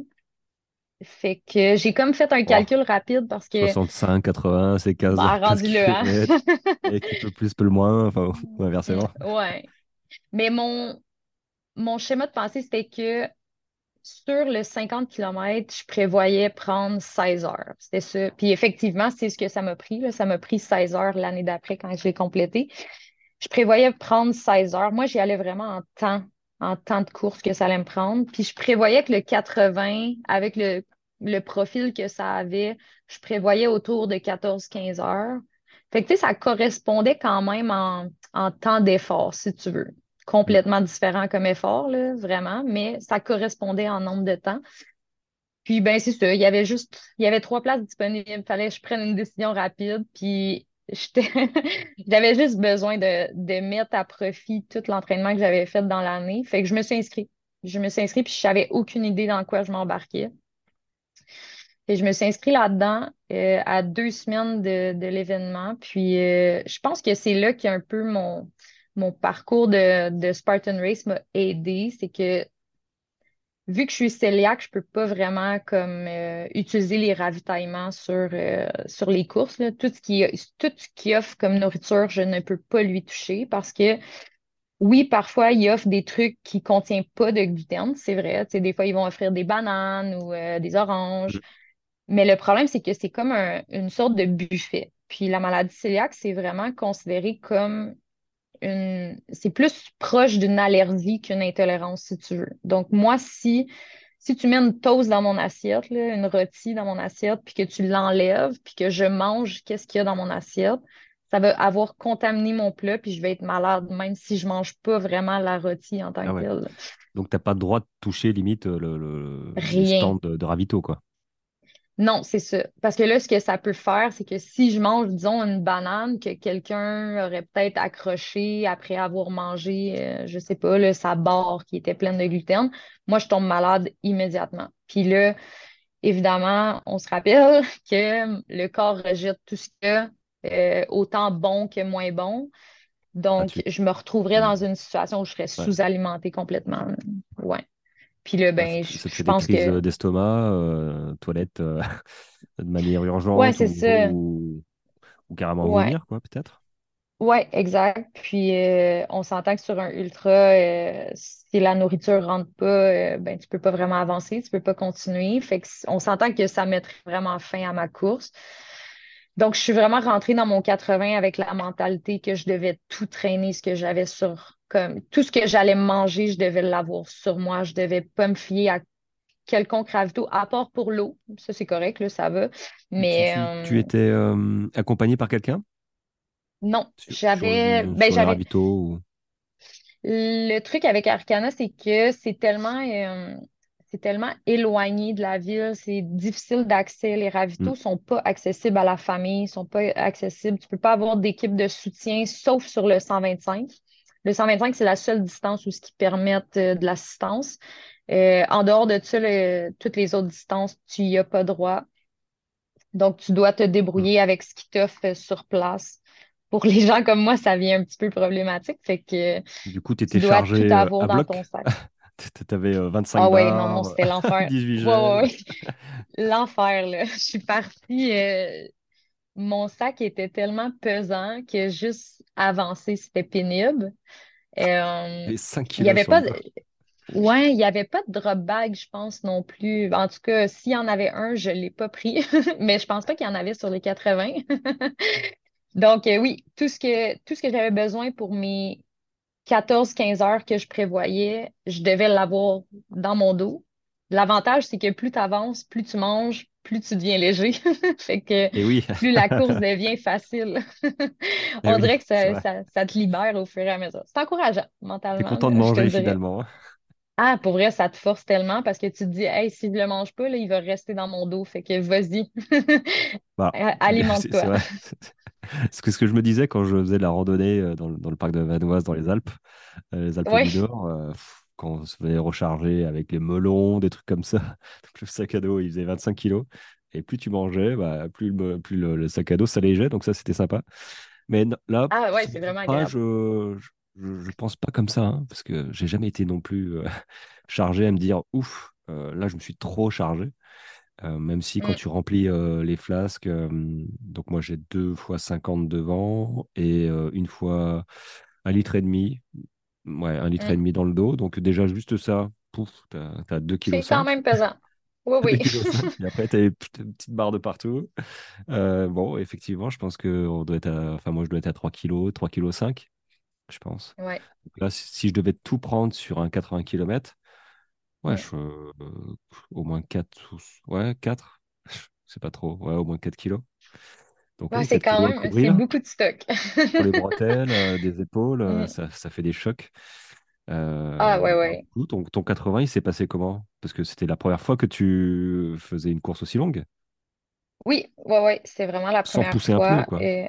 Fait que j'ai comme fait un Oh, calcul rapide parce que, soixante-cinq, quatre-vingts, c'est quinze, bah, quinze rendu là, hein? kilomètres. Et qui peut plus, peut le moins, enfin, ou Mm, inversement. ouais. Mais mon, mon schéma de pensée, c'était que sur le cinquante kilomètres, je prévoyais prendre seize heures. C'était ça. Puis effectivement, c'est ce que ça m'a pris, là. Ça m'a pris seize heures l'année d'après quand je l'ai complété. Je prévoyais prendre seize heures. Moi, j'y allais vraiment en temps, en temps de course que ça allait me prendre. Puis je prévoyais que le quatre-vingts, avec le, le profil que ça avait, je prévoyais autour de quatorze quinze heures. Fait que, tu sais, ça correspondait quand même en, en temps d'effort, si tu veux. Mm. Complètement différent comme effort, là, vraiment, mais ça correspondait en nombre de temps. Puis, ben, c'est ça. Il y avait juste, il y avait trois places disponibles. Il fallait que je prenne une décision rapide. Puis, j'étais, j'avais juste besoin de, de mettre à profit tout l'entraînement que j'avais fait dans l'année. Fait que je me suis inscrite. Je me suis inscrite, puis je n'avais aucune idée dans quoi je m'embarquais. Et je me suis inscrite là-dedans euh, à deux semaines de, de l'événement. Puis, euh, je pense que c'est là que un peu mon, mon parcours de, de Spartan Race m'a aidé. C'est que vu que je suis cœliaque, je peux pas vraiment comme euh, utiliser les ravitaillements sur, euh, sur les courses, là. Tout ce qui, tout ce qui offre comme nourriture, je ne peux pas lui toucher parce que oui, parfois, ils offrent des trucs qui ne contiennent pas de gluten, c'est vrai. Tu sais, des fois, ils vont offrir des bananes ou euh, des oranges. Mm. Mais le problème, c'est que c'est comme un- une sorte de buffet. Puis la maladie cœliaque, c'est vraiment considéré comme une... C'est plus proche d'une allergie qu'une intolérance, si tu veux. Donc, moi, si, si tu mets une toast dans mon assiette, là, une rôtie dans mon assiette, puis que tu l'enlèves, puis que je mange qu'est-ce qu'il y a dans mon assiette, ça va avoir contaminé mon plat, puis je vais être malade, même si je mange pas vraiment la rôtie en tant Ah que ouais. telle. Donc, t'as pas le droit de toucher limite euh, le, le- les stands Rien. de, de ravito, quoi. Non, c'est ça. Parce que là, ce que ça peut faire, c'est que si je mange, disons, une banane que quelqu'un aurait peut-être accrochée après avoir mangé, euh, je sais pas, là, sa barre qui était pleine de gluten, moi, je tombe malade immédiatement. Puis là, évidemment, on se rappelle que le corps rejette tout ce qu'il y a, euh, autant bon que moins bon. Ah, Donc, tu... je me retrouverais Hmm. dans une situation où je serais Ouais. sous-alimentée complètement. Ouais. Puis là, Ouais, ça ben, te, je ça te je fait des pense crises que, d'estomac, euh, toilette euh, de manière ouais, urgente c'est ou, ça. ou, ou carrément Ouais. vomir, quoi, peut-être? Ouais, exact. Puis euh, on s'entend que sur un ultra, euh, si la nourriture rentre pas, euh, ben tu peux pas vraiment avancer, tu peux pas continuer. Fait que c- on s'entend que ça mettrait vraiment fin à ma course. Donc je suis vraiment rentrée dans mon quatre-vingts avec la mentalité que je devais tout traîner ce que j'avais sur comme tout ce que j'allais manger, je devais l'avoir sur moi. Je devais pas me fier à quelconque ravito, à part pour l'eau. Ça c'est correct, là, ça va. Tu, Mais tu, tu euh, étais euh, accompagné par quelqu'un non, sur, sur, j'avais le- ben sur les j'avais ravitaux ou... Le truc avec Arcana, c'est que c'est tellement, euh, c'est tellement éloigné de la ville, c'est difficile d'accès. Les Hmm. ravitaux sont pas accessibles à la famille, sont pas accessibles. Tu peux pas avoir d'équipe de soutien, sauf sur le cent vingt-cinq. Le cent vingt-cinq, c'est la seule distance où ce qui permettent euh, de l'assistance. Euh, en dehors de ça, le- toutes les autres distances, tu y as pas droit. Donc, tu dois te Hmm. débrouiller avec ce qui t'offre sur place. Pour les gens comme moi, ça devient un petit peu problématique. Fait que Du coup, tu tu étais dois chargé tout euh, avoir à dans ton bloc. sac. Tu avais vingt-cinq Ah ouais, non, non, bars, c'était l'enfer. dix-huit Ouais, ouais, gels. ouais. L'enfer, là. Je suis partie. Euh, mon sac était tellement pesant que juste avancer, c'était pénible. Euh, Et cinq il y kilos avait sur le pas dos. de... Ouais, il y avait pas de drop bag, je pense, non plus. En tout cas, s'il y en avait un, je l'ai pas pris. Mais je pense pas qu'il y en avait sur les quatre-vingts. Donc, euh, oui, tout ce que, tout ce que j'avais besoin pour mes quatorze quinze heures que je prévoyais, je devais l'avoir dans mon dos. L'avantage, c'est que plus tu avances, plus tu manges, plus tu deviens léger. Fait que Et oui, plus la course devient facile. et On oui, dirait que c'est ça, vrai. ça, ça te libère au fur et à mesure. C'est encourageant T'es mentalement, content de là, je te le manger dirais. finalement, hein. Ah, pour vrai, ça te force tellement parce que tu te dis, hey, si je le mange pas, là, il va rester dans mon dos. Fait que vas-y, Bah, c'est bien, c'est c'est alimente-toi. vrai. C'est que ce que je me disais quand je faisais de la randonnée euh, dans, le dans le parc de Vanoise, dans les Alpes, euh, les Alpes du Oui. Nord, euh, pff, quand on se faisait recharger avec les melons, des trucs comme ça, donc le sac à dos, il faisait vingt-cinq kilos. Et plus tu mangeais, bah, plus, le, plus le, le sac à dos s'allégeait, donc ça, c'était sympa. Mais n- là, Ah ouais, sur c'est les vraiment ultras, agréable. je, je, je pense pas comme ça, hein, parce que j'ai jamais été non plus euh, chargé à me dire, ouf, euh, là, je me suis trop chargé. Euh, même si quand Mm, tu remplis euh, les flasques, euh, donc moi j'ai deux fois cinquante devant et euh, une fois un litre et demi, ouais, un litre et mm. demi dans le dos. Donc déjà juste ça, pouf, t'as, t'as deux kilos C'est quand cinq. même pesant. Oui, deux oui. kilos cinq. Et après t'as des petites petites barres de partout. Euh, bon, effectivement, je pense que on doit être à, enfin moi je dois être à trois kilos, trois kilos cinq, je pense. Ouais. Donc là, si si je devais tout prendre sur un quatre-vingts kilomètres, ouais, Mm. je, euh, au moins quatre, ou- ouais, quatre. C'est pas trop, ouais, au moins quatre kilos. Donc Ouais, oui, c'est quatre quand kilos à même, c'est couvrir beaucoup de stock. sur les bretelles, euh, des épaules, euh, Mm. ça, ça fait des chocs. Ah, Euh, ouais, alors, ouais. du coup, ton, ton quatre-vingts, il s'est passé comment? Parce que c'était la première fois que tu faisais une course aussi longue, Oui, ouais, ouais, c'est vraiment la sans première pousser un pneu, fois. quoi. euh,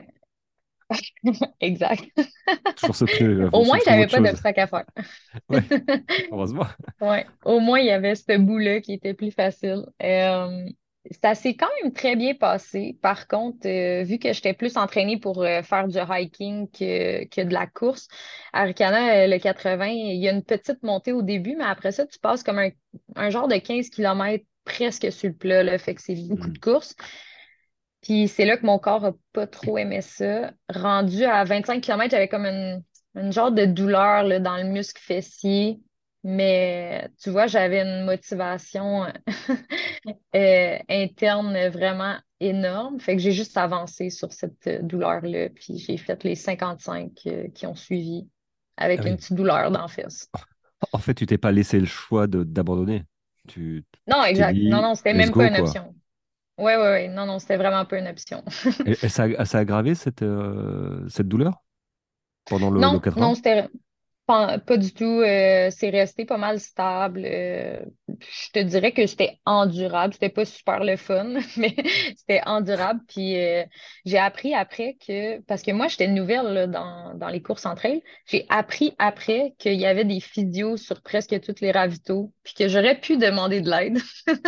Exact. Toujours ce pneu, il Au faut, moins, faut trouver j'avais autre pas chose. d'obstacle à faire. Ouais, heureusement. Ouais, au moins, il y avait ce bout-là qui était plus facile. Euh, ça s'est quand même très bien passé. Par contre, euh, vu que j'étais plus entraînée pour euh, faire du hiking que, que de la course, à Arcana, euh, le quatre-vingts, il y a une petite montée au début, mais après ça, tu passes comme un, un genre de quinze kilomètres presque sur le plat, là, fait que c'est beaucoup de Hmm. course. Puis c'est là que mon corps a pas trop aimé ça. Rendu à vingt-cinq kilomètres, j'avais comme une, une genre de douleur là, dans le muscle fessier. Mais tu vois, j'avais une motivation euh, interne vraiment énorme. Fait que j'ai juste avancé sur cette euh, douleur-là. Puis j'ai fait les cinquante-cinq euh, qui ont suivi Ah avec une oui. petite douleur d'en fesses. En fait, tu t'es pas laissé le choix de d'abandonner. Tu Non, tu t'es exact. Non, dit, non, c'était let's même pas go, une quoi. option. Ouais, ouais, ouais. Non, non, c'était vraiment pas une option. Et, et ça, a- ça a aggravé cette, euh, cette douleur pendant le, le Non, quatre non, heures? c'était pas, pas du tout. Euh, c'est resté pas mal stable. Euh, je te dirais que c'était endurable. C'était pas super le fun, mais c'était endurable. Puis euh, j'ai appris après que, parce que moi, j'étais nouvelle là, dans, dans les courses entre elles, j'ai appris après qu'il y avait des physios sur presque tous les ravitaux, puis que j'aurais pu demander de l'aide.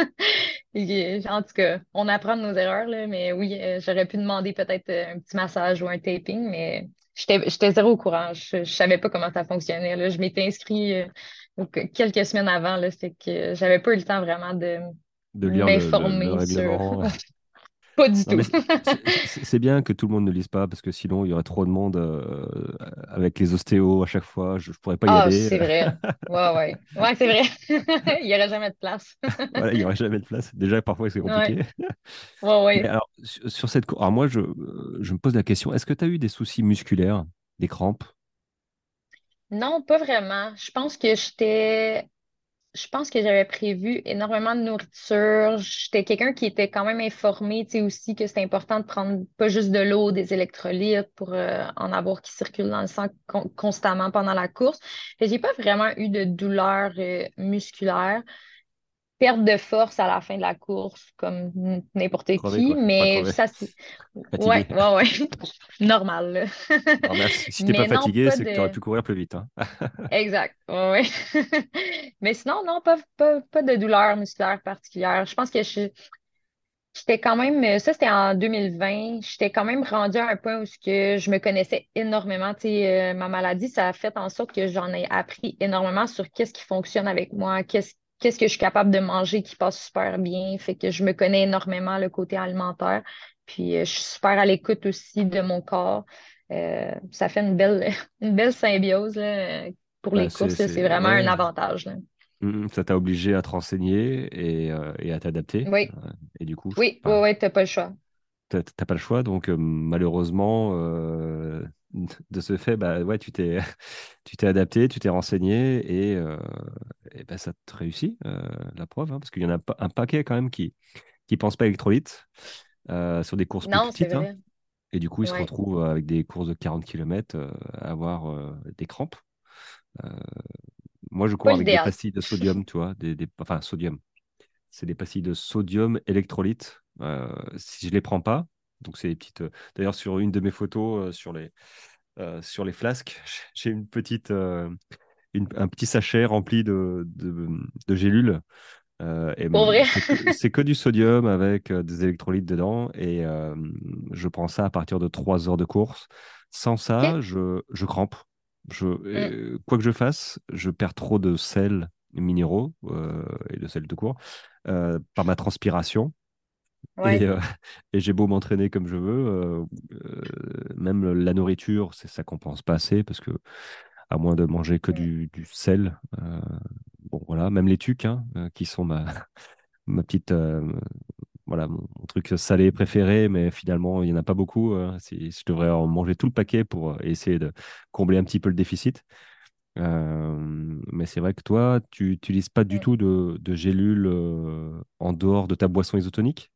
Et, euh, en tout cas, on apprend de nos erreurs, là, mais oui, euh, j'aurais pu demander peut-être euh, un petit massage ou un taping, mais j'étais, j'étais zéro au courant. Je, je savais pas comment ça fonctionnait, là. Je m'étais inscrite euh, donc, quelques semaines avant, là, fait que j'avais pas eu le temps vraiment de De lire le, le, le m'informer sur. règlement. Pas du Non, mais tout. c'est c'est- c'est bien que tout le monde ne lise pas parce que sinon il y aurait trop de monde euh, avec les ostéos à chaque fois. Je ne pourrais pas y Ah, aller. c'est vrai. Ouais, ouais. Ouais, c'est vrai. Il y aurait jamais de place. Voilà, il n'y aurait jamais de place. Déjà, parfois, c'est Ouais, compliqué. ouais, Mais ouais. alors, sur, sur cette course, alors moi, je, euh, je me pose la question, est-ce que tu as eu des soucis musculaires, des crampes? Non, pas vraiment. Je pense que j'étais Je pense que j'avais prévu énormément de nourriture. J'étais quelqu'un qui était quand même informé, tu sais, aussi que c'est important de prendre pas juste de l'eau, des électrolytes pour euh, en avoir qui circulent dans le sang con- constamment pendant la course. Et j'ai pas vraiment eu de douleur euh, musculaire, perte de force à la fin de la course, comme n- n'importe Crevé, qui, quoi. Enfin, mais crevé, ça, c'est... Ouais, fatigué. ouais, ouais. Normal, là. Normal, si si t'es pas Mais non, fatigué, pas c'est que tu aurais de... pu courir plus vite, hein. Exact. Ouais, ouais. Mais sinon, non, pas, pas, pas de douleur musculaire particulière. Je pense que je, j'étais quand même, euh, ça c'était en deux mille vingt, j'étais quand même rendue à un point où ce que je me connaissais énormément. Tu sais, euh, ma maladie, ça a fait en sorte que j'en ai appris énormément sur qu'est-ce qui fonctionne avec moi, qu'est-ce, qu'est-ce que je suis capable de manger qui passe super bien. Fait que je me connais énormément le côté alimentaire. Puis euh, je suis super à l'écoute aussi de mon corps. Euh, ça fait une belle, une belle symbiose là, euh, pour Bah, les c'est, courses, là. C'est c'est, vraiment un ouais. avantage, là. Mhm, ça t'a obligé à te renseigner et, euh, et à t'adapter. Oui, Euh, et du coup, je- oui, oui, enfin, oui, t'as pas le choix. t'as t'as pas le choix. Donc, euh, malheureusement, euh, de ce fait, bah, ouais, tu t'es, tu t'es adapté, tu t'es renseigné et, euh, et bah, ça te réussit, euh, la preuve, hein, parce qu'il y en a pas- un paquet quand même qui qui pensent pas électrolyte euh, sur des courses plus Non, c'est petites, hein. vrai. Et du coup, ils se Oui. retrouvent avec des courses de quarante kilomètres à avoir euh, des crampes. Euh, Moi, je Pas cours avec des l'idéal. pastilles de sodium, tu vois, des, des- enfin, sodium. C'est des pastilles de sodium électrolyte. Euh, si je les prends pas, donc c'est des petites. euh, D'ailleurs, sur une de mes photos, euh, sur les, euh, sur les flasques, j'ai une petite, euh, une- un petit sachet rempli de, de, de gélules. Euh, et Pour hum, vrai? c'est que, c'est que du sodium avec euh, des électrolytes dedans. Et euh, je prends ça à partir de trois heures de course. Sans ça, OK. je, je crampe. Je, Mm. euh, quoi que je fasse, je perds trop de sels minéraux euh, et de sel de cours euh, par ma transpiration. Et, Ouais. euh, et j'ai beau m'entraîner comme je veux, euh, euh, même la nourriture, c'est ça compense pas assez parce que à moins de manger que Mm. du, du sel, euh, bon voilà, même les tucs hein, euh, qui sont ma, ma petite, euh, voilà, mon, mon truc salé préféré, mais finalement, il n'y en a pas beaucoup. euh, si, si je devrais en manger tout le paquet pour euh, essayer de combler un petit peu le déficit. Euh, mais c'est vrai que toi, tu n'utilises pas du Mm. tout de, de gélules euh, en dehors de ta boisson isotonique?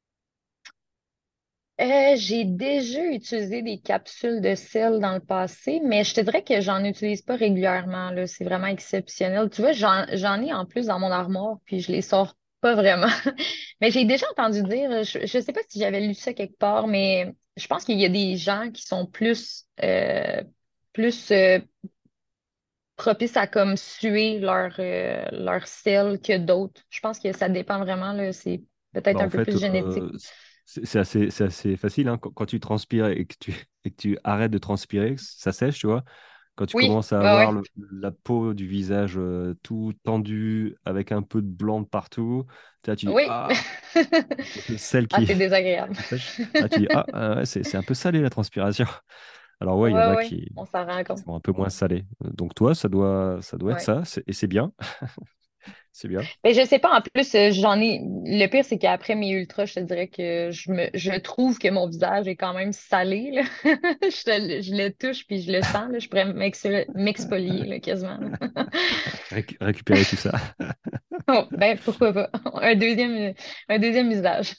Euh, j'ai déjà utilisé des capsules de sel dans le passé, mais je te dirais que j'en utilise pas régulièrement, là. C'est vraiment exceptionnel. Tu vois, j'en, j'en ai en plus dans mon armoire, puis je les sors pas vraiment. Mais j'ai déjà entendu dire, je, je sais pas si j'avais lu ça quelque part, mais je pense qu'il y a des gens qui sont plus, euh, plus euh, propices à comme suer leur, euh, leur sel que d'autres. Je pense que ça dépend vraiment, là. C'est Bah, peut-être en un peu fait, plus génétique. euh, c'est c'est assez, c'est assez facile, hein. Quand, quand tu transpires et que tu, et que tu arrêtes de transpirer, ça sèche, tu vois. Quand tu Oui, commences à ouais, avoir ouais. le- la peau du visage euh, tout tendu, avec un peu de blanc de partout, tu, vois, tu dis, Oui. ah, le sel Ah, qui, c'est désagréable. qui sèche. Là, tu dis, ah, euh, ouais, c'est c'est un peu salé la transpiration. Alors, ouais, il y en Ouais, a ouais, qui, on s'en rend qui compte. sont un peu moins salés. Donc, toi, ça doit, ça doit être Ouais. ça, c'est- et c'est bien. C'est bien. Ben, je sais pas, en plus, euh, j'en ai. Le pire, c'est qu'après mes ultras, je te dirais que je me je trouve que mon visage est quand même salé, là. Je, te le je le touche puis je le sens, là. Je pourrais m'ex- m'exfolier, là, quasiment. Récu- récupérer tout ça. Oh, ben, pourquoi pas? Un deuxième, un deuxième visage.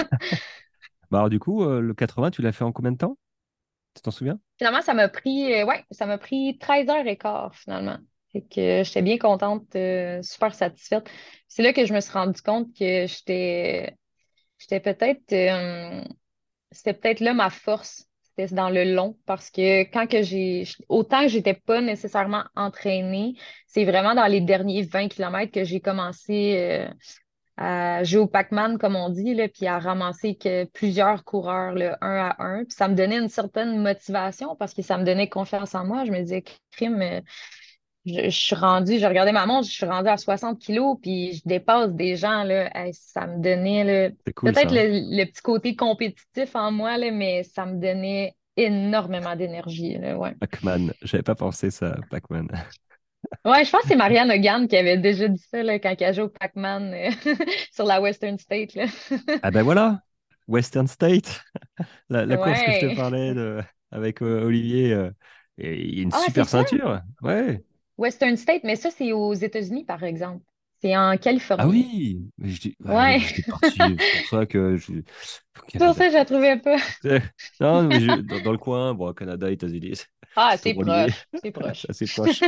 Bah alors du coup, euh, le quatre-vingts, tu l'as fait en combien de temps? Tu t'en souviens? Finalement, ça m'a pris, euh, ouais, ça m'a pris treize heures et quart, finalement. Fait que euh, j'étais bien contente, euh, super satisfaite. C'est là que je me suis rendu compte que j'étais, j'étais peut-être, euh, c'était peut-être là ma force. C'était dans le long parce que quand que j'ai, autant que j'étais pas nécessairement entraînée, c'est vraiment dans les derniers vingt kilomètres que j'ai commencé, euh, à jouer au Pac-Man, comme on dit, là, puis à ramasser que plusieurs coureurs, là, un à un. Puis ça me donnait une certaine motivation parce que ça me donnait confiance en moi. Je me disais, crime, euh, je, je suis rendue, je regardais ma montre, je suis rendue à soixante kilos, puis je dépasse des gens, là. Hey, ça me donnait, là, C'est cool peut-être ça, hein. le, le petit côté compétitif en moi, là, mais ça me donnait énormément d'énergie, là, ouais. Pac-Man. J'avais pas pensé ça, Pac-Man. Ouais, je pense que c'est Marianne Hogan qui avait déjà dit ça là, quand elle jouait au Pac-Man euh, sur la Western State, là. Ah ben voilà, Western State, la, la course que je te Ouais. parlais de, avec euh, Olivier. Euh, et il y a une Ah, c'est super ça? ceinture. Ouais. Western State, mais ça, c'est aux États-Unis, par exemple. C'est en Ah Californie. oui, mais je dis- ouais, Ouais. j'étais parti. C'est pour ça que je au C'est pour ça Canada. que je la trouvais pas. Non, mais je- dans, dans le coin, bon, Canada, États-Unis, c'est Ah, c'est tout c'est relié. proche. C'est C'est proche. assez proche.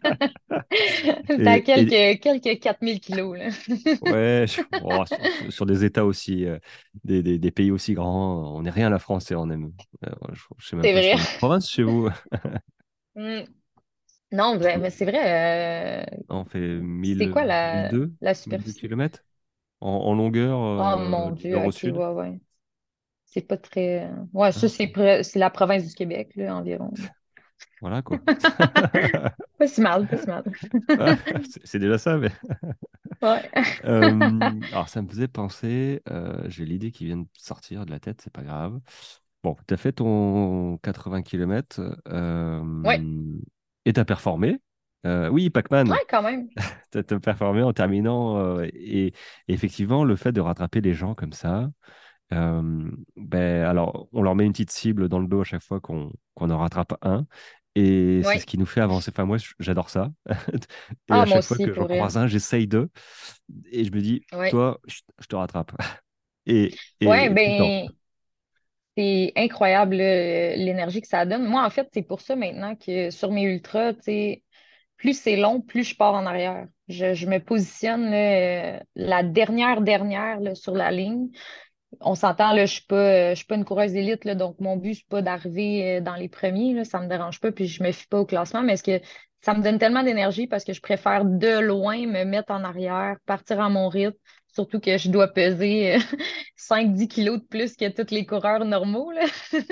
C'est à Et, et quelques, quelques quatre mille kilos, là. ouais, je- oh, sur, sur- sur des États aussi, euh, des, des- des pays aussi grands, on n'est rien la France et on aime. Euh, je, je sais même C'est pas si vrai. on est en province chez vous. Hmm. Non, vrai- mais c'est vrai. euh, On fait c'est mille, quoi la, mille deux, la mille deux superficie? kilomètres en, en longueur Oh euh, mon du Dieu, nord au ok, ouais, sud. ouais. C'est pas très. Ouais, ça, Hein, c'est c'est- pre- c'est la province du Québec, là, environ. voilà quoi. Pas si mal, pas si mal. Ouais, c'est c'est déjà ça, mais. Ouais. Euh, alors, ça me faisait penser, euh, j'ai l'idée qui vient de sortir de la tête, c'est pas grave. Bon, tu as fait ton quatre-vingts kilomètres Ouais. et tu as performé. Euh, oui, Pac-Man, Ouais, quand même. tu as performé en terminant. Euh, et, et effectivement, le fait de rattraper les gens comme ça, euh, ben, alors, on leur met une petite cible dans le dos à chaque fois qu'on qu'on en rattrape un. Et c'est ce Ouais. qui nous fait avancer. Enfin, moi, j'adore ça. Et Ah, à moi chaque fois aussi, que j'en pour elle. croise un, j'essaye de. Et je me dis, Ouais. toi, je, je te rattrape. Et, Ouais, et tout le temps. ben, c'est incroyable, là, l'énergie que ça donne. Moi, en fait, c'est pour ça maintenant que sur mes ultras, tu sais, plus c'est long, plus je pars en arrière. Je, je me positionne là, euh, la dernière dernière là, sur la ligne. On s'entend, là, je suis pas, je suis pas une coureuse d'élite, là, donc mon but, c'est pas d'arriver euh, dans les premiers, là, ça me dérange pas, puis je me fie pas au classement, mais est-ce que ça me donne tellement d'énergie parce que je préfère de loin me mettre en arrière, partir à mon rythme, surtout que je dois peser euh, cinq dix kilos de plus que tous les coureurs normaux, là,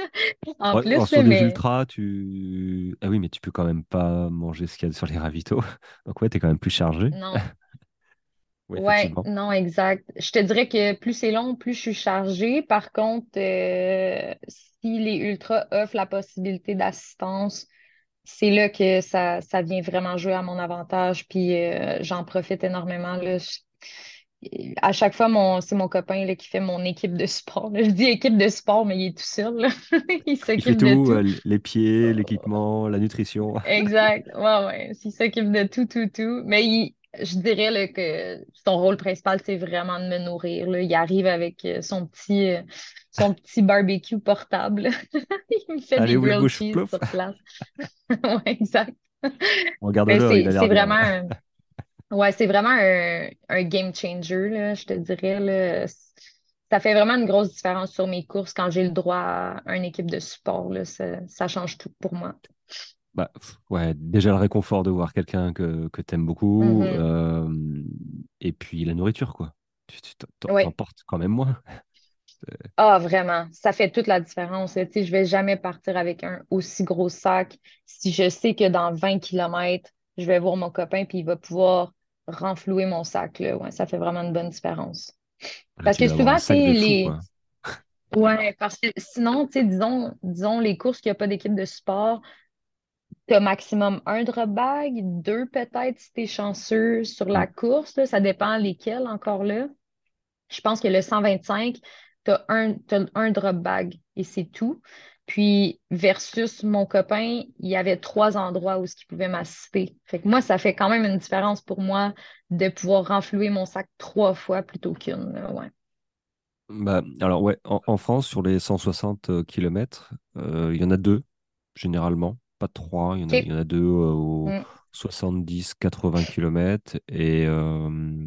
en Ouais, alors, plus, là, sur des mais ultras, tu. Ah oui, mais tu peux quand même pas manger ce qu'il y a sur les ravitaux. Donc, ouais, t'es quand même plus chargé. non. Oui, Ouais, effectivement. non, exact. Je te dirais que plus c'est long, plus je suis chargée. Par contre, euh, si les ultras offrent la possibilité d'assistance, c'est là que ça, ça vient vraiment jouer à mon avantage. Puis euh, j'en profite énormément, là. Je- à chaque fois, mon, c'est mon copain là, qui fait mon équipe de sport, là. Je dis équipe de sport, mais il est tout seul, là. Il Il fait s'occupe de tout, tout. euh, les pieds, l'équipement, la nutrition. Exact. Ouais, ouais. Il s'occupe de tout, tout, tout. Mais il- je dirais là, que son rôle principal, c'est vraiment de me nourrir, là. Il arrive avec euh, son petit, euh, son petit barbecue portable. Il me fait Allez, des où la grilled bouche, cheese plouf. sur place. Ouais, exact. Mais Regarde-le, il c'est, a c'est l'air bien. vraiment un, ouais, c'est vraiment un, un game changer, là, je te dirais, là. Ça fait vraiment une grosse différence sur mes courses quand j'ai le droit à une équipe de support, là. Ça, ça change tout pour moi. Bah, pff, ouais, déjà le réconfort de voir quelqu'un que, que t'aimes beaucoup. Mhm. euh, et puis la nourriture, quoi. Tu tu t'en t'en- Oui. t'emportes quand même moins. Ah, vraiment, ça fait toute la différence. Tu sais, je vais jamais partir avec un aussi gros sac si je sais que dans vingt kilomètres, je vais voir mon copain puis il va pouvoir renflouer mon sac, là. Ouais, ça fait vraiment une bonne différence. Là, Parce tu que dois avoir un souvent, tu sac sais, de fou, les. quoi. Ouais, parce que sinon, tu sais, disons, disons les courses qu'il n'y a pas d'équipe de sport, Tu as maximum un drop bag, deux peut-être si tu es chanceux sur Mm. la course, là. Ça dépend lesquels encore là. Je pense que le cent vingt-cinq, tu as un, t'as un drop bag et c'est tout. Puis versus mon copain, il y avait trois endroits où il pouvait m'assister. Fait que moi, ça fait quand même une différence pour moi de pouvoir renflouer mon sac trois fois plutôt qu'une, là, ouais. Bah, alors ouais, en, en France, sur les cent soixante kilomètres, il y en a deux, généralement, pas trois, il y en a, il OK. y en a deux euh, aux Mm, soixante-dix quatre-vingts kilomètres et euh,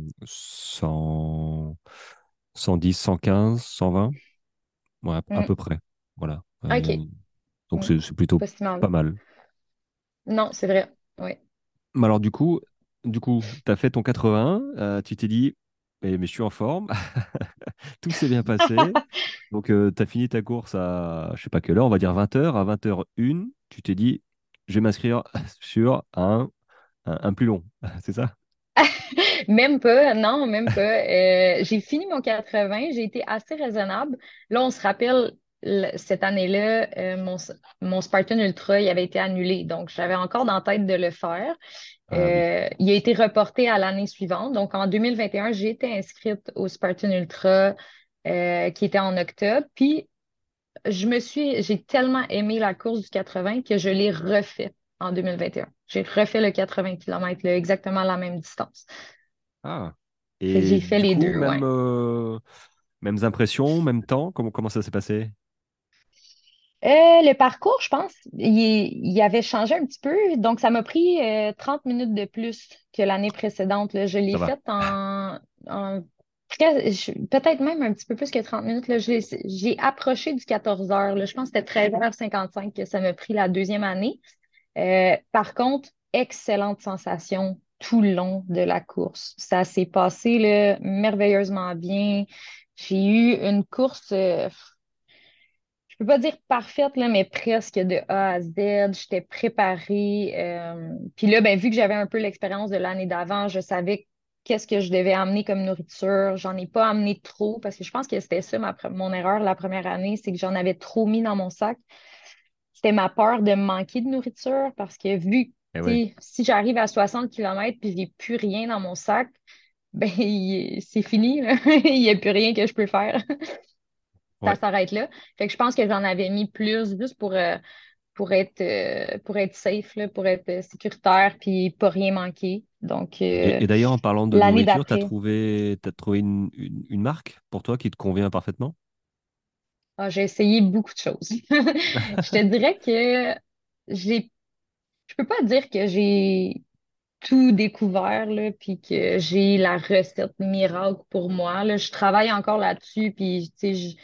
cent, cent dix, cent quinze, cent vingt, ouais, à mm. peu près. Voilà. Euh, OK. donc Mm. c'est c'est plutôt Pas si mal. pas mal. Non, c'est vrai. Oui. Mais alors du coup, du coup, tu as fait ton quatre-vingts, euh, tu t'es dit, mais, mais je suis en forme, tout s'est bien passé. Donc tu as fini ta course à, je sais pas quelle heure, on va dire vingt heures. À vingt heures une, tu t'es dit, je vais m'inscrire sur un, un, un plus long. C'est ça? Même pas, non, même pas. Euh, j'ai fini mon quatre-vingts, j'ai été assez raisonnable. Là, on se rappelle, le- cette année-là, euh, mon, mon Spartan Ultra, il avait été annulé. Donc, j'avais encore dans la tête de le faire. Ah oui. Euh, il a été reporté à l'année suivante. Donc, en deux mille vingt et un, j'ai été inscrite au Spartan Ultra, euh, qui était en octobre. Puis, je me suis, j'ai tellement aimé la course du quatre-vingts que je l'ai refait en deux mille vingt et un. J'ai refait le quatre-vingts kilomètres, là, exactement la même distance. Ah. Fait que Et j'ai fait du les coup, deux, même, ouais. euh, mêmes impressions, même temps, comment, comment ça s'est passé? Euh, le parcours, je pense, il, il avait changé un petit peu. Donc, ça m'a pris euh, trente minutes de plus que l'année précédente, là. Je l'ai Ça va. faite en, en presque- je- peut-être même un petit peu plus que trente minutes, là. Je l'ai- J'ai approché du quatorze heures, là. Je pense que c'était treize heures cinquante-cinq que ça m'a pris la deuxième année. Euh, par contre, excellente sensation tout le long de la course. Ça s'est passé là, merveilleusement bien. J'ai eu une course. euh, je peux pas dire parfaite, là, mais presque de A à Z. J'étais préparée. Euh, puis là, ben, vu que j'avais un peu l'expérience de l'année d'avant, je savais qu'est-ce que je devais amener comme nourriture. J'en ai pas amené trop parce que je pense que c'était ça ma pre- mon erreur la première année, c'est que j'en avais trop mis dans mon sac. C'était ma peur de manquer de nourriture parce que vu, Eh tu ouais. sais, si j'arrive à soixante kilomètres puis j'ai plus rien dans mon sac, ben il- c'est fini, là. Il n'y a plus rien que je peux faire. Ça Ouais. s'arrête là. Fait que je pense que j'en avais mis plus juste pour, euh, pour être, euh, pour être safe, là, pour être euh, sécuritaire puis pas rien manquer. Donc, euh, Et, et d'ailleurs, en parlant de l'année nourriture, tu as d'après, trouvé, t'as trouvé une, une, une marque pour toi qui te convient parfaitement? ah, j'ai essayé beaucoup de choses. Je te dirais que j'ai, je peux pas dire que j'ai tout découvert, là, puis que j'ai la recette miracle pour moi, là. Je travaille encore là-dessus, puis tu sais, je-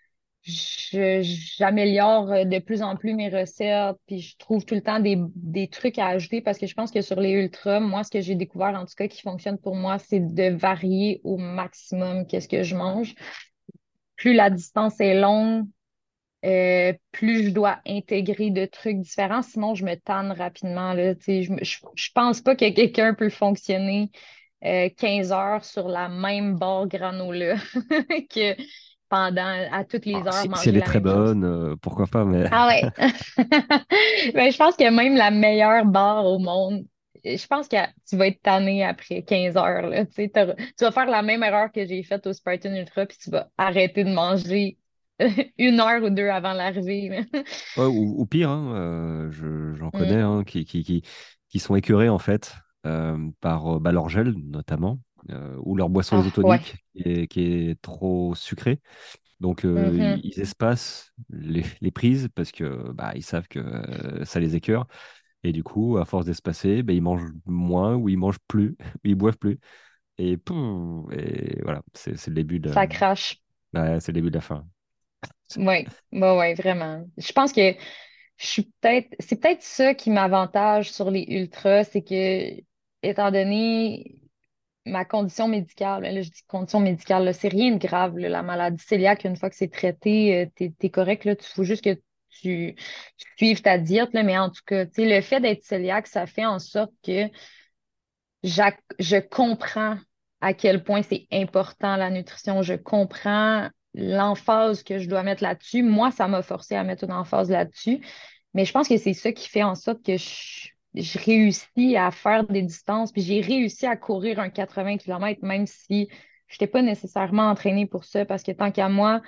je- j'améliore de plus en plus mes recettes, puis je trouve tout le temps des, des trucs à ajouter parce que je pense que sur les ultras, moi, ce que j'ai découvert, en tout cas, qui fonctionne pour moi, c'est de varier au maximum qu'est-ce que je mange. Plus la distance est longue, euh, plus je dois intégrer de trucs différents, sinon je me tanne rapidement, là. Tu sais, je, me- je, je pense pas que quelqu'un peut fonctionner euh, quinze heures sur la même barre granola que pendant à toutes Ah, les heures si, si manger elle est la très même chose. bonne, euh, pourquoi pas, mais Ah ouais. Ben, je pense que même la meilleure barre au monde, je pense que tu vas être tanné après quinze heures, là. Tu sais, t'auras- tu vas faire la même erreur que j'ai faite au Spartan Ultra, puis tu vas arrêter de manger une heure ou deux avant l'arrivée, là. ouais, ou, ou pire, hein, euh, je- j'en connais Mm. hein, qui, qui, qui, qui sont écœurés en fait euh, par euh, bah, leur gel notamment, euh, ou leur boisson Ah ouais. isotonique qui est, qui est trop sucrée. Donc euh, ils, Mhm. ils espacent les, les prises parce que bah, ils savent que euh, ça les écœure. Et du coup, à force d'espacer, bah, ils mangent moins ou ils mangent plus, ou ils boivent plus. Et, poum, et voilà, c'est c'est le début de, Ça crache. ouais, c'est le début de la fin. Oui, ouais, ouais, vraiment. Je pense que je suis peut-être, c'est peut-être ça qui m'avantage sur les ultras, c'est que, étant donné ma condition médicale, là, je dis condition médicale, là, c'est rien de grave, là, la maladie cœliaque, une fois que c'est traité, euh, t'es, t'es correct, là, il faut juste que tu, tu suives ta diète, là, mais en tout cas, tu sais, le fait d'être cœliaque, ça fait en sorte que j'ac- je comprends à quel point c'est important la nutrition, je comprends l'emphase que je dois mettre là-dessus. Moi, ça m'a forcé à mettre une emphase là-dessus. Mais je pense que c'est ça qui fait en sorte que je, je réussis à faire des distances, puis j'ai réussi à courir un quatre-vingts kilomètres, même si je n'étais pas nécessairement entraînée pour ça, parce que tant qu'à moi,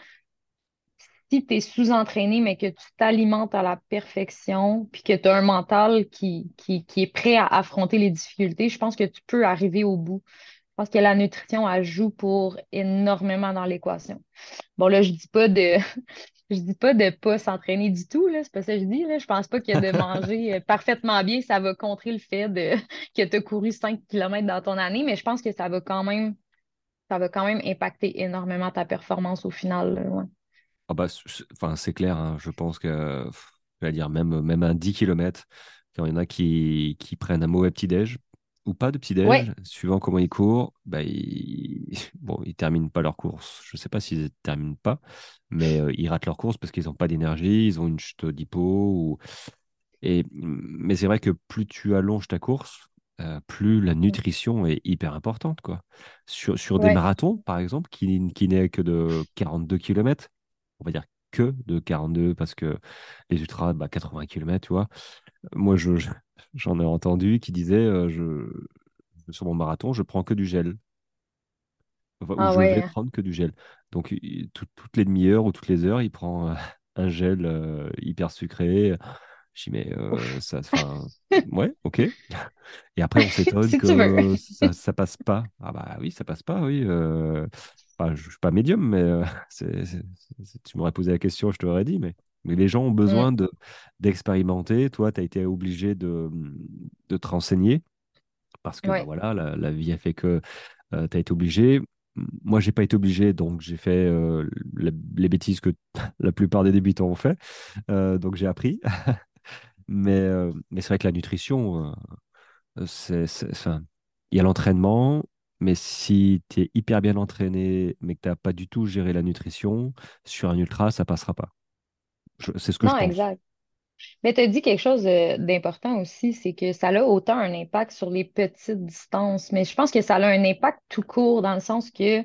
si tu es sous-entraîné, mais que tu t'alimentes à la perfection, puis que tu as un mental qui, qui, qui est prêt à affronter les difficultés, je pense que tu peux arriver au bout. Je pense que la nutrition, elle joue pour énormément dans l'équation. Bon, là, je dis pas de je dis pas de pas s'entraîner du tout, là, c'est pas ça que je dis, là. Je pense pas que de manger euh, parfaitement bien, ça va contrer le fait de que tu as couru cinq kilomètres dans ton année, mais je pense que ça va quand même ça va quand même impacter énormément ta performance au final, là, ouais. Ah bah, c- enfin, c'est clair, hein, je pense que, pff, je vais dire, même, même un dix kilomètres, quand il y en a qui, qui prennent un mauvais petit-déj ou pas de petit-déj, Ouais, suivant comment ils courent, bah, ils, bon, ils terminent pas leur course. Je sais pas s'ils ne terminent pas, mais euh, ils ratent leur course parce qu'ils n'ont pas d'énergie, ils ont une chute d'hypo. Ou... Et, mais c'est vrai que plus tu allonges ta course, euh, plus la nutrition est hyper importante, quoi. Sur, sur des ouais. marathons, par exemple, qui, qui n'est que de quarante-deux kilomètres, on va dire que de quarante-deux parce que les ultras, bah, quatre-vingts kilomètres, tu vois. Moi, je, je- j'en ai entendu qui disaient, euh, je, sur mon marathon, je prends que du gel. Enfin, ou Ah je ouais, vais hein. prendre que du gel. Donc, il- tout- toutes les demi-heures ou toutes les heures, il prend euh, un gel euh, hyper sucré. Je dis, mais euh, Ouf. ça, enfin, ouais, ok. Et après, on s'étonne Si tu veux. que ça, ça passe pas. Ah bah oui, ça passe pas, oui. euh, Enfin, je, je suis pas médium, mais euh, c'est, c'est- c'est- tu m'aurais posé la question, je t'aurais dit, mais, mais les gens ont besoin Mm. de, d'expérimenter. Toi, tu as été obligé de, de te renseigner parce que bah, Ouais. voilà, la, la vie a fait que tu as été obligé. Moi, j'ai pas été obligé, donc j'ai fait euh, la- les bêtises que la plupart des débutants ont fait. Euh, donc j'ai appris. Mais, euh, mais c'est vrai que la nutrition, euh, c'est, c'est- enfin, il y a l'entraînement, mais si tu es hyper bien entraîné, mais que tu n'as pas du tout géré la nutrition, sur un ultra, ça passera pas. Je- c'est ce que je Non, pense. exact. Mais tu as dit quelque chose euh, d'important aussi, c'est que ça a autant un impact sur les petites distances, mais je pense que ça a un impact tout court dans le sens que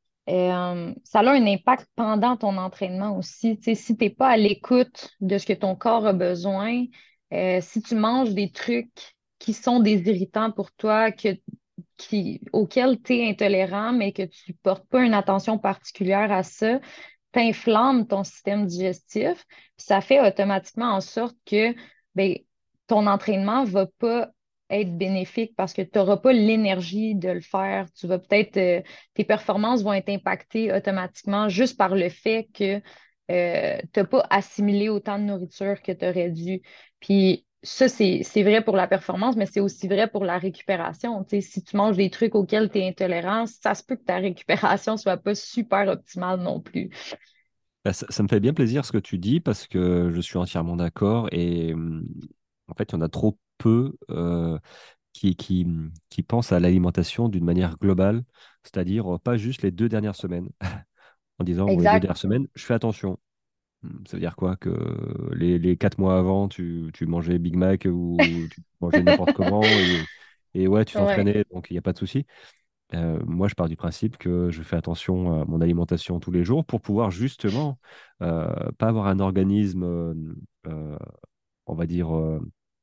Euh, ça a un impact pendant ton entraînement aussi. Tu sais, si tu n'es pas à l'écoute de ce que ton corps a besoin, euh, si tu manges des trucs qui sont des irritants pour toi, que, qui, auxquels tu es intolérant, mais que tu ne portes pas une attention particulière à ça, t'inflammes ton système digestif, puis ça fait automatiquement en sorte que ben, ton entraînement va pas être bénéfique parce que tu n'auras pas l'énergie de le faire. Tu vas peut-être, euh, tes performances vont être impactées automatiquement juste par le fait que euh, tu n'as pas assimilé autant de nourriture que tu aurais dû. Puis ça, c'est, c'est vrai pour la performance, mais c'est aussi vrai pour la récupération. Tu sais, si tu manges des trucs auxquels tu es intolérant, ça se peut que ta récupération soit pas super optimale non plus. Bah, ça, ça me fait bien plaisir ce que tu dis parce que je suis entièrement d'accord et hum, en fait, il y en a trop peu euh, qui, qui, qui pensent à l'alimentation d'une manière globale, c'est-à-dire euh, pas juste les deux dernières semaines, en disant, bon, les deux Exact. dernières semaines, je fais attention. Hmm, Ça veut dire quoi? Que les, les quatre mois avant, tu, tu mangeais Big Mac ou tu mangeais n'importe comment et, et ouais, tu Ouais. t'entraînais, donc il n'y a pas de souci. Euh, moi, je pars du principe que je fais attention à mon alimentation tous les jours pour pouvoir justement euh, pas avoir un organisme, euh, euh, on va dire, euh,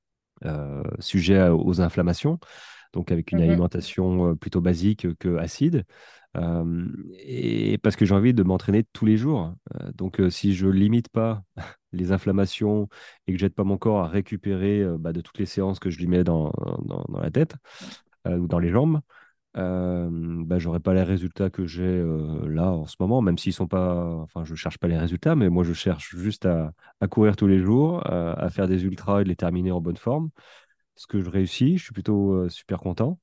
euh, sujet à- aux inflammations, donc avec une Mhm. alimentation euh, plutôt basique que acide. Euh, et parce que j'ai envie de m'entraîner tous les jours. Euh, donc, euh, si je limite pas les inflammations et que j'aide pas mon corps à récupérer euh, bah, de toutes les séances que je lui mets dans, dans, dans la tête euh, ou dans les jambes, euh, bah, j'aurai pas les résultats que j'ai euh, là en ce moment, même s'ils sont pas. Enfin, je cherche pas les résultats, mais moi, je cherche juste à, à courir tous les jours, à, à faire des ultras et de les terminer en bonne forme. Ce que je réussis, je suis plutôt euh, super content.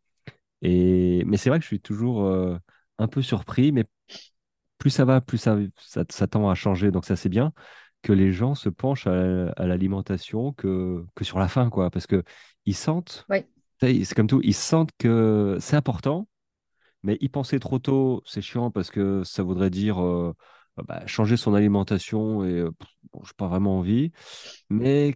Et... Mais c'est vrai que je suis toujours euh, un peu surpris, mais plus ça va, plus ça, ça, ça tend à changer. Donc ça, c'est bien que les gens se penchent à, à l'alimentation que, que sur la faim, quoi. Parce que ils sentent, Oui. tu sais, c'est comme tout, ils sentent que c'est important, mais y penser trop tôt, c'est chiant parce que ça voudrait dire euh, bah, changer son alimentation et euh, pff, bon, j'ai pas vraiment envie mais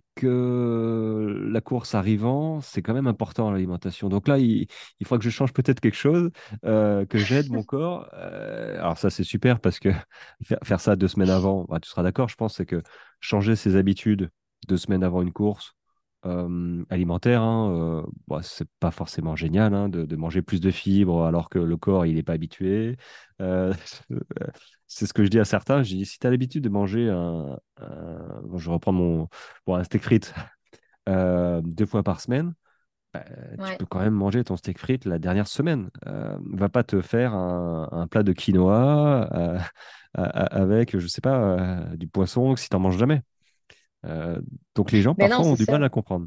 que la course arrivant, c'est quand même important l'alimentation. Donc là, il, il faudra que je change peut-être quelque chose, euh, que j'aide mon corps. Euh, alors ça, c'est super parce que faire, faire ça deux semaines avant, bah, tu seras d'accord, je pense, c'est que changer ses habitudes. deux semaines avant une course euh, alimentaire, hein, euh, bon, c'est pas forcément génial hein, de, de manger plus de fibres alors que le corps il n'est pas habitué. Euh, c'est ce que je dis à certains. Je dis, si tu as l'habitude de manger un, un- bon, je reprends mon bon, un steak frites euh, deux fois par semaine, bah, tu Ouais. peux quand même manger ton steak frites la dernière semaine. Euh, va pas te faire un, un plat de quinoa euh, a- a- avec, je sais pas, euh, du poisson si tu n'en manges jamais. Euh, donc les gens Mais non, parfois ont c'est du mal ça. à comprendre.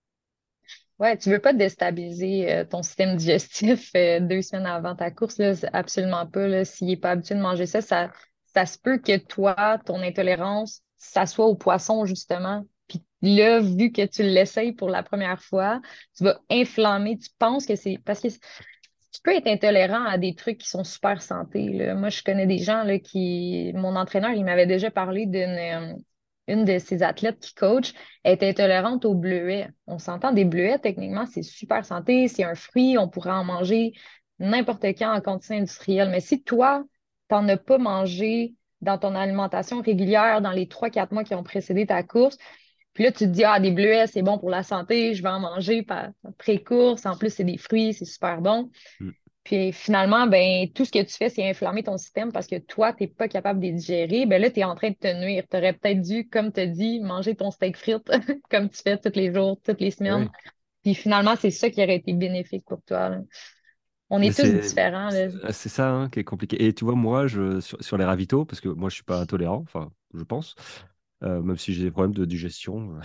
Ouais, tu veux pas déstabiliser euh, ton système digestif euh, deux semaines avant ta course, là, c'est absolument pas. Là, s'il est pas habitué de manger ça, ça, ça se peut que toi, ton intolérance, ça soit au poisson, justement. Puis là, vu que tu l'essayes pour la première fois, tu vas inflammer. Tu penses que c'est. Parce que tu peux être intolérant à des trucs qui sont super santé, là. Moi, je connais des gens là, qui. Mon entraîneur, il m'avait déjà parlé d'une euh, une de ses athlètes qui coach est intolérante aux bleuets. On s'entend des bleuets, techniquement, c'est super santé, c'est un fruit, on pourrait en manger n'importe quand en conditions industrielles. Mais si toi, t'en as pas mangé dans ton alimentation régulière dans les trois, quatre mois qui ont précédé ta course, puis là, tu te dis, ah, des bleuets, c'est bon pour la santé, je vais en manger par- pré-course. En plus, c'est des fruits, c'est super bon. Mm. Puis finalement, ben, tout ce que tu fais, c'est inflammer ton système parce que toi, tu n'es pas capable de les digérer. Ben là, tu es en train de te nuire. Tu aurais peut-être dû, comme tu as dit, manger ton steak frites comme tu fais tous les jours, toutes les Eh semaines. oui. Puis finalement, c'est ça qui aurait été bénéfique pour toi, là. On Mais est tous c'est différents, là. c'est c'est ça hein, qui est compliqué. Et tu vois, moi, je, sur, sur les ravitaux, parce que moi, je suis pas intolérant, enfin, je pense, euh, même si j'ai des problèmes de digestion.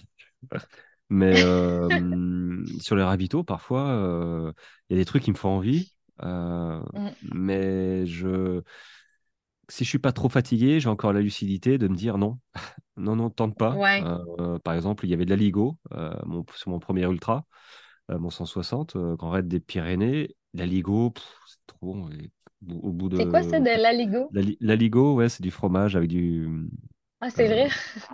Mais euh, hum, sur les ravitaux, parfois, euh, il y a des trucs qui me font envie. euh, Mm. mais je, si je suis pas trop fatigué, j'ai encore la lucidité de me dire non, non, non, tente pas. Ouais. Euh, par exemple, il y avait de la Ligo euh, mon, sur mon premier ultra, euh, mon cent soixante, euh, Grand Raid des Pyrénées. La Ligo, pff, c'est trop bon. Et au au bout C'est quoi ça de de quatre- l'aligo? la, li- la Ligo, ouais, c'est du fromage avec du, Ah, c'est euh, vrai?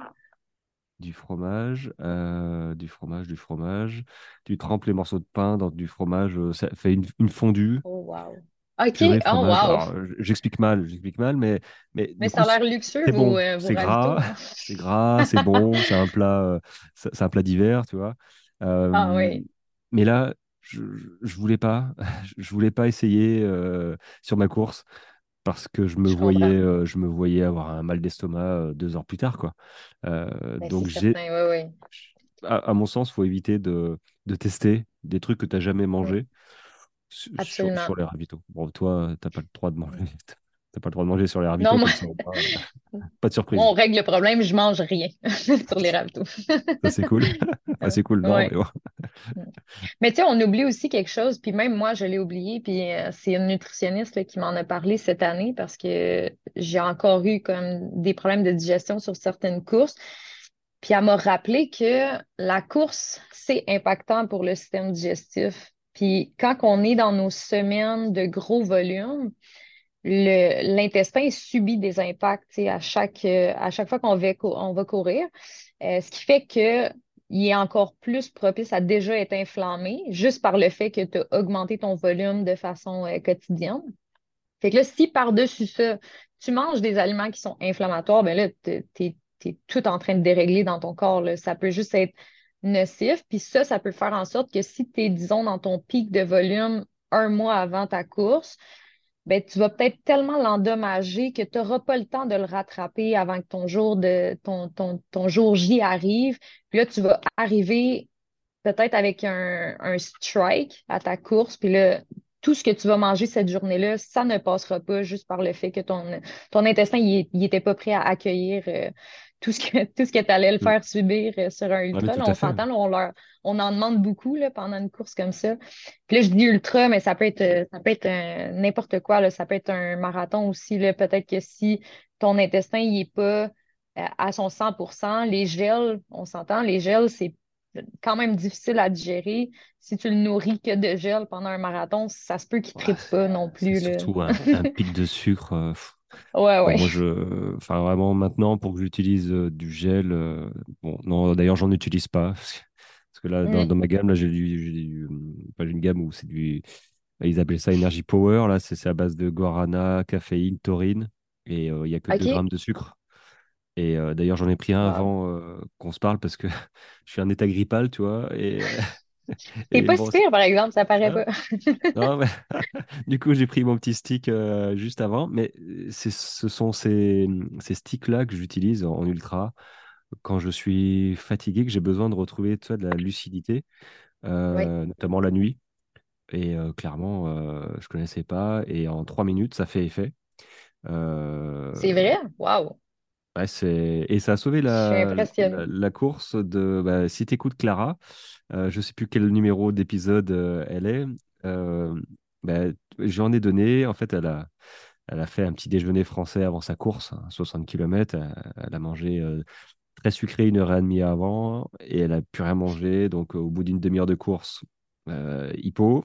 du fromage, euh, du fromage, du fromage. Tu trempes les morceaux de pain dans du fromage, euh, ça fait une, une fondue, Oh, wow. OK. purée Oh, fromage. wow. Alors, euh, j'explique mal, j'explique mal, mais, mais Mais du ça coup, a l'air c'est luxueux, c'est vos, bon, euh, vos c'est ravitaux, gras, hein? c'est gras, c'est bon, c'est un plat, euh, c'est c'est un plat d'hiver, tu vois. Ah Euh, oui, mais là, je, je voulais pas, je voulais pas essayer euh, sur ma course parce que je me je voyais, comprends. euh, je me voyais avoir un mal d'estomac euh, deux heures plus tard, quoi. Euh, Ben, c'est donc j'ai, certain, oui, oui. à, à mon sens, faut éviter de, de tester des trucs que tu n'as jamais Mm, mangé su- sur, sur absolument. les ravitaux. Bon, toi, t'as pas le droit de manger, t'as pas le droit de manger sur les Non, ravitaux, moi, comme ça, au moins, pas de moi, surprise. on règle le problème, je mange rien sur les ravitaux. Ça, c'est cool. Enfin, c'est cool, non, mais Ouais. bon. Mais tu sais, on oublie aussi quelque chose, puis même moi, je l'ai oublié, puis euh, c'est une nutritionniste là, qui m'en a parlé cette année parce que j'ai encore eu comme des problèmes de digestion sur certaines courses. Puis elle m'a rappelé que la course, c'est impactant pour le système digestif. Puis quand on est dans nos semaines de gros volume, le, l'intestin subit des impacts, tu sais, à chaque, euh, à chaque fois qu'on va, cou- on va courir. Euh, ce qui fait que il est encore plus propice à déjà être inflammé juste par le fait que tu as augmenté ton volume de façon euh, quotidienne. Fait que là, si par-dessus ça, tu manges des aliments qui sont inflammatoires, ben là, tu es, tout en train de dérégler dans ton corps, là. Ça peut juste être nocif. Puis ça, ça peut faire en sorte que si tu es, disons, dans ton pic de volume un mois avant ta course, ben, tu vas peut-être tellement l'endommager que tu n'auras pas le temps de le rattraper avant que ton jour de ton, ton, ton jour J arrive. Puis là, tu vas arriver peut-être avec un, un strike à ta course, puis là, tout ce que tu vas manger cette journée-là, ça ne passera pas juste par le fait que ton, ton intestin, il n'était pas prêt à accueillir euh, tout ce que, tout ce que tu allais le Mm. faire subir euh, sur un Ah, mais ultra. tout Là, à on fait. s'entend, là, on, leur, on en demande beaucoup là, pendant une course comme ça. Puis là, je dis ultra, mais ça peut être, euh, ça peut être un- n'importe quoi. Là. Ça peut être un marathon aussi. Là. Peut-être que si ton intestin il est pas euh, à son cent pour cent, les gels, on s'entend, les gels, c'est quand même difficile à digérer. Si tu le nourris que de gel pendant un marathon, ça se peut qu'il ne Ouais, trippe pas non c'est plus, là. surtout un, un pic de sucre. euh, pff. Ouais, Bon, ouais. moi, je, enfin, vraiment, maintenant, pour que j'utilise euh, du gel, euh, bon, non, d'ailleurs, j'en utilise pas. Parce que, parce que là, dans, Mm. dans ma gamme, là, j'ai du, j'ai du- enfin, j'ai une gamme où c'est du, ils appellent ça Energy Power. Là, c'est c'est à base de guarana, caféine, taurine, et euh, il y a que deux OK. grammes de sucre. Et euh, d'ailleurs, j'en ai pris un Wow. avant euh, qu'on se parle parce que je suis un état grippal, tu vois. Et, T'es et pas bon, si c'est- pire, par exemple, ça paraît hein. pas. Non, mais du coup, j'ai pris mon petit stick euh, juste avant. Mais c'est, ce sont ces, ces sticks-là que j'utilise en ultra quand je suis fatigué, que j'ai besoin de retrouver, tu vois, de la lucidité, Oui, euh, notamment la nuit. Et euh, clairement, euh, je connaissais pas. Et en trois minutes, ça fait effet. Euh, c'est vrai? Wow. ouais, c'est... Et ça a sauvé Je suis la, impressionnée. la, la course de... Bah, si tu écoutes Clara, euh, je sais plus quel numéro d'épisode euh, elle est. euh, bah, J'en ai donné. En fait, elle a, elle a fait un petit déjeuner français avant sa course, hein, soixante kilomètres. Elle, elle a mangé euh, très sucré une heure et demie avant et elle a pu rien manger. Donc, au bout d'une demi-heure de course, euh, hypo.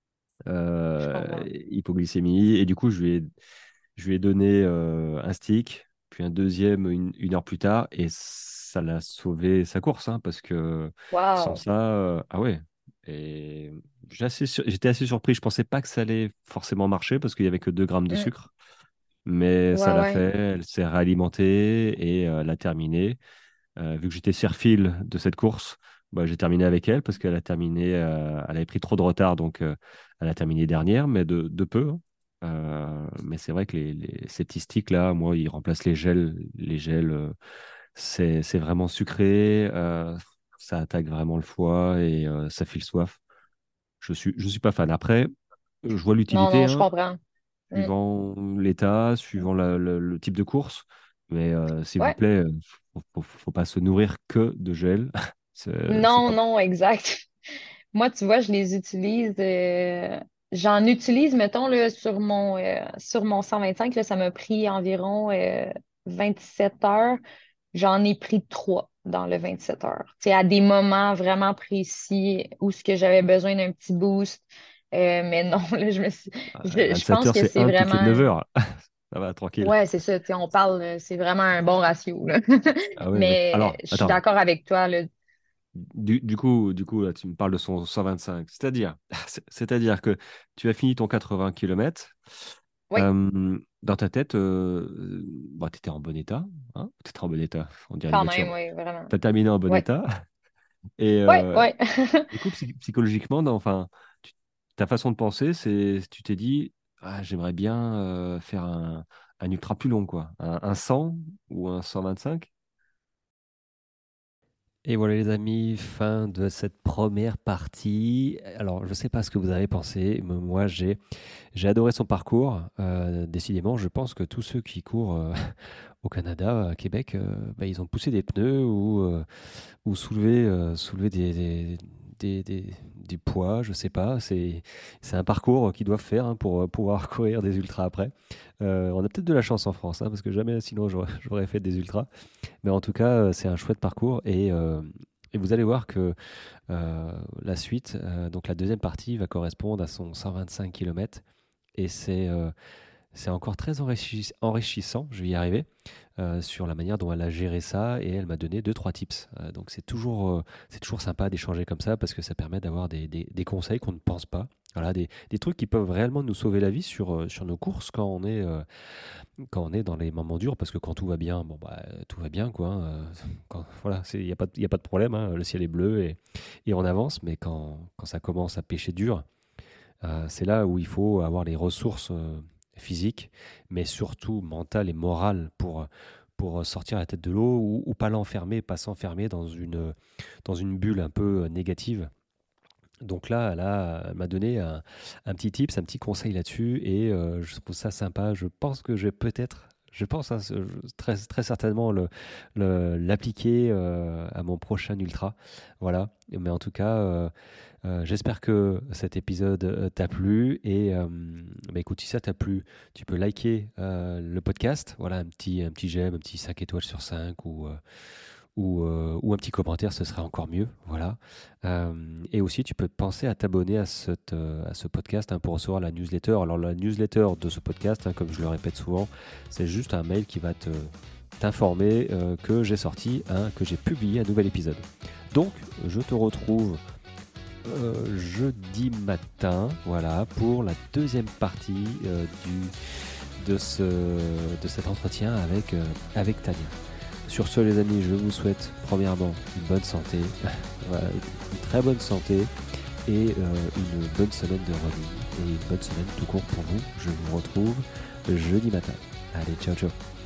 Je euh, comprends. Hypoglycémie. Et du coup, je lui ai, je lui ai donné euh, un stick, puis un deuxième une, une heure plus tard, et ça l'a sauvé sa course, hein, parce que sans Wow. ça, euh, ah ouais. Et j'ai assez sur- j'étais assez surpris. Je pensais pas que ça allait forcément marcher parce qu'il y avait que deux grammes de Mm. sucre. Mais ça Ouais, l'a ouais. fait, elle s'est réalimentée et euh, elle a terminé. Euh, vu que j'étais sur-fil de cette course, bah, j'ai terminé avec elle parce qu'elle a terminé, euh, elle avait pris trop de retard, donc euh, elle a terminé dernière, mais de, de peu, hein. Euh, mais c'est vrai que les, les- ces petits sticks là, moi, ils remplacent les gels. Les gels, euh, c'est, c'est vraiment sucré, euh, ça attaque vraiment le foie et euh, ça file soif. Je suis, je suis pas fan. Après, je vois Non, l'utilité, non, je hein, comprends. Mm. suivant l'état, suivant la- le, le type de course. Mais euh, s'il vous Ouais. plaît, euh, faut, faut, faut pas se nourrir que de gel. C'est c'est Non, pas. non, exact. Moi, tu vois, je les utilise. euh, J'en utilise, mettons, là, sur mon, euh, sur mon cent vingt-cinq, là, ça m'a pris environ euh, vingt-sept heures. J'en ai pris trois dans le vingt-sept heures. Tu sais, à des moments vraiment précis où ce que j'avais besoin d'un petit boost. Euh, mais non, là, je me suis... À je, je vingt-sept pense heures, que c'est c'est un toutes les neuf vraiment. heures. Ça va, tranquille. Ouais, c'est ça. Tu sais, on parle, euh, c'est vraiment un bon ratio, là. Ah ouais, ouais. Mais Alors, je suis attends. d'accord avec toi, là. Du, du coup, du coup là, tu me parles de son cent vingt-cinq. C'est-à-dire, c'est- c'est-à-dire que tu as fini ton quatre-vingts kilomètres. Oui, Euh, dans ta tête, euh, bah, tu étais en bon état. Hein, tu étais en bon état. On dirait une quand voiture. même, oui, vraiment. Tu as terminé en bon Oui, état. Et, oui, euh, oui. Du coup, psy- psychologiquement, dans- enfin, tu- ta façon de penser, c'est, tu t'es dit, ah, j'aimerais bien euh, faire un, un ultra plus long, quoi. Un, un cent ou un cent vingt-cinq. Et voilà les amis, fin de cette première partie. Alors, je ne sais pas ce que vous avez pensé, mais moi j'ai j'ai adoré son parcours. Euh, décidément, je pense que tous ceux qui courent euh, au Canada, à Québec, euh, bah, ils ont poussé des pneus ou, euh, ou soulevé, euh, soulevé des, des, des, des- du poids, je sais pas. C'est, c'est un parcours qu'ils doivent faire, hein, pour euh, pouvoir courir des ultras après. Euh, on a peut-être de la chance en France, hein, parce que jamais sinon j'aurais, j'aurais fait des ultras. Mais en tout cas, euh, c'est un chouette parcours et, euh, et vous allez voir que euh, la suite, euh, donc la deuxième partie, va correspondre à son cent vingt-cinq kilomètres et c'est euh, c'est encore très enrichi- enrichissant, je vais y arriver, euh, sur la manière dont elle a géré ça et elle m'a donné deux, trois tips. Euh, donc c'est toujours, euh, c'est toujours sympa d'échanger comme ça parce que ça permet d'avoir des, des- des conseils qu'on ne pense pas. Voilà, des, des trucs qui peuvent réellement nous sauver la vie sur, euh, sur nos courses quand on est, euh, quand on est dans les moments durs, parce que quand tout va bien, bon bah tout va bien quoi, hein. euh, quand, voilà, il n'y a, pas de- y a pas de problème, hein, le ciel est bleu et, et on avance, mais quand, quand ça commence à pêcher dur, euh, c'est là où il faut avoir les ressources euh, physiques, mais surtout mentales et morales pour, pour sortir la tête de l'eau ou, ou pas l'enfermer, pas s'enfermer dans une, dans une bulle un peu euh, négative. Donc là, là, elle m'a donné un, un petit tips, un petit conseil là-dessus et euh, je trouve ça sympa. Je pense que je vais peut-être, je pense, hein, ce- je- très, très certainement le, le- l'appliquer euh, à mon prochain ultra. Voilà. Mais en tout cas, euh, euh, j'espère que cet épisode euh, t'a plu et euh, bah écoute, si ça t'a plu, tu peux liker euh, le podcast. Voilà, un petit, un petit j'aime, un petit cinq étoiles sur cinq ou, euh, ou, euh, ou un petit commentaire, ce serait encore mieux. Voilà. Euh, et aussi, tu peux penser à t'abonner à, cette, euh, à ce podcast, hein, pour recevoir la newsletter. Alors, la newsletter de ce podcast, hein, comme je le répète souvent, c'est juste un mail qui va te t'informer euh, que j'ai sorti, hein, que j'ai publié un nouvel épisode. Donc, je te retrouve euh, jeudi matin, voilà, pour la deuxième partie euh, du, de, ce, de cet entretien avec, euh, avec Tania. Sur ce, les amis, je vous souhaite premièrement une bonne santé, voilà, une très bonne santé et euh, une bonne semaine de running et une bonne semaine tout court pour vous. Je vous retrouve jeudi matin. Allez, ciao ciao.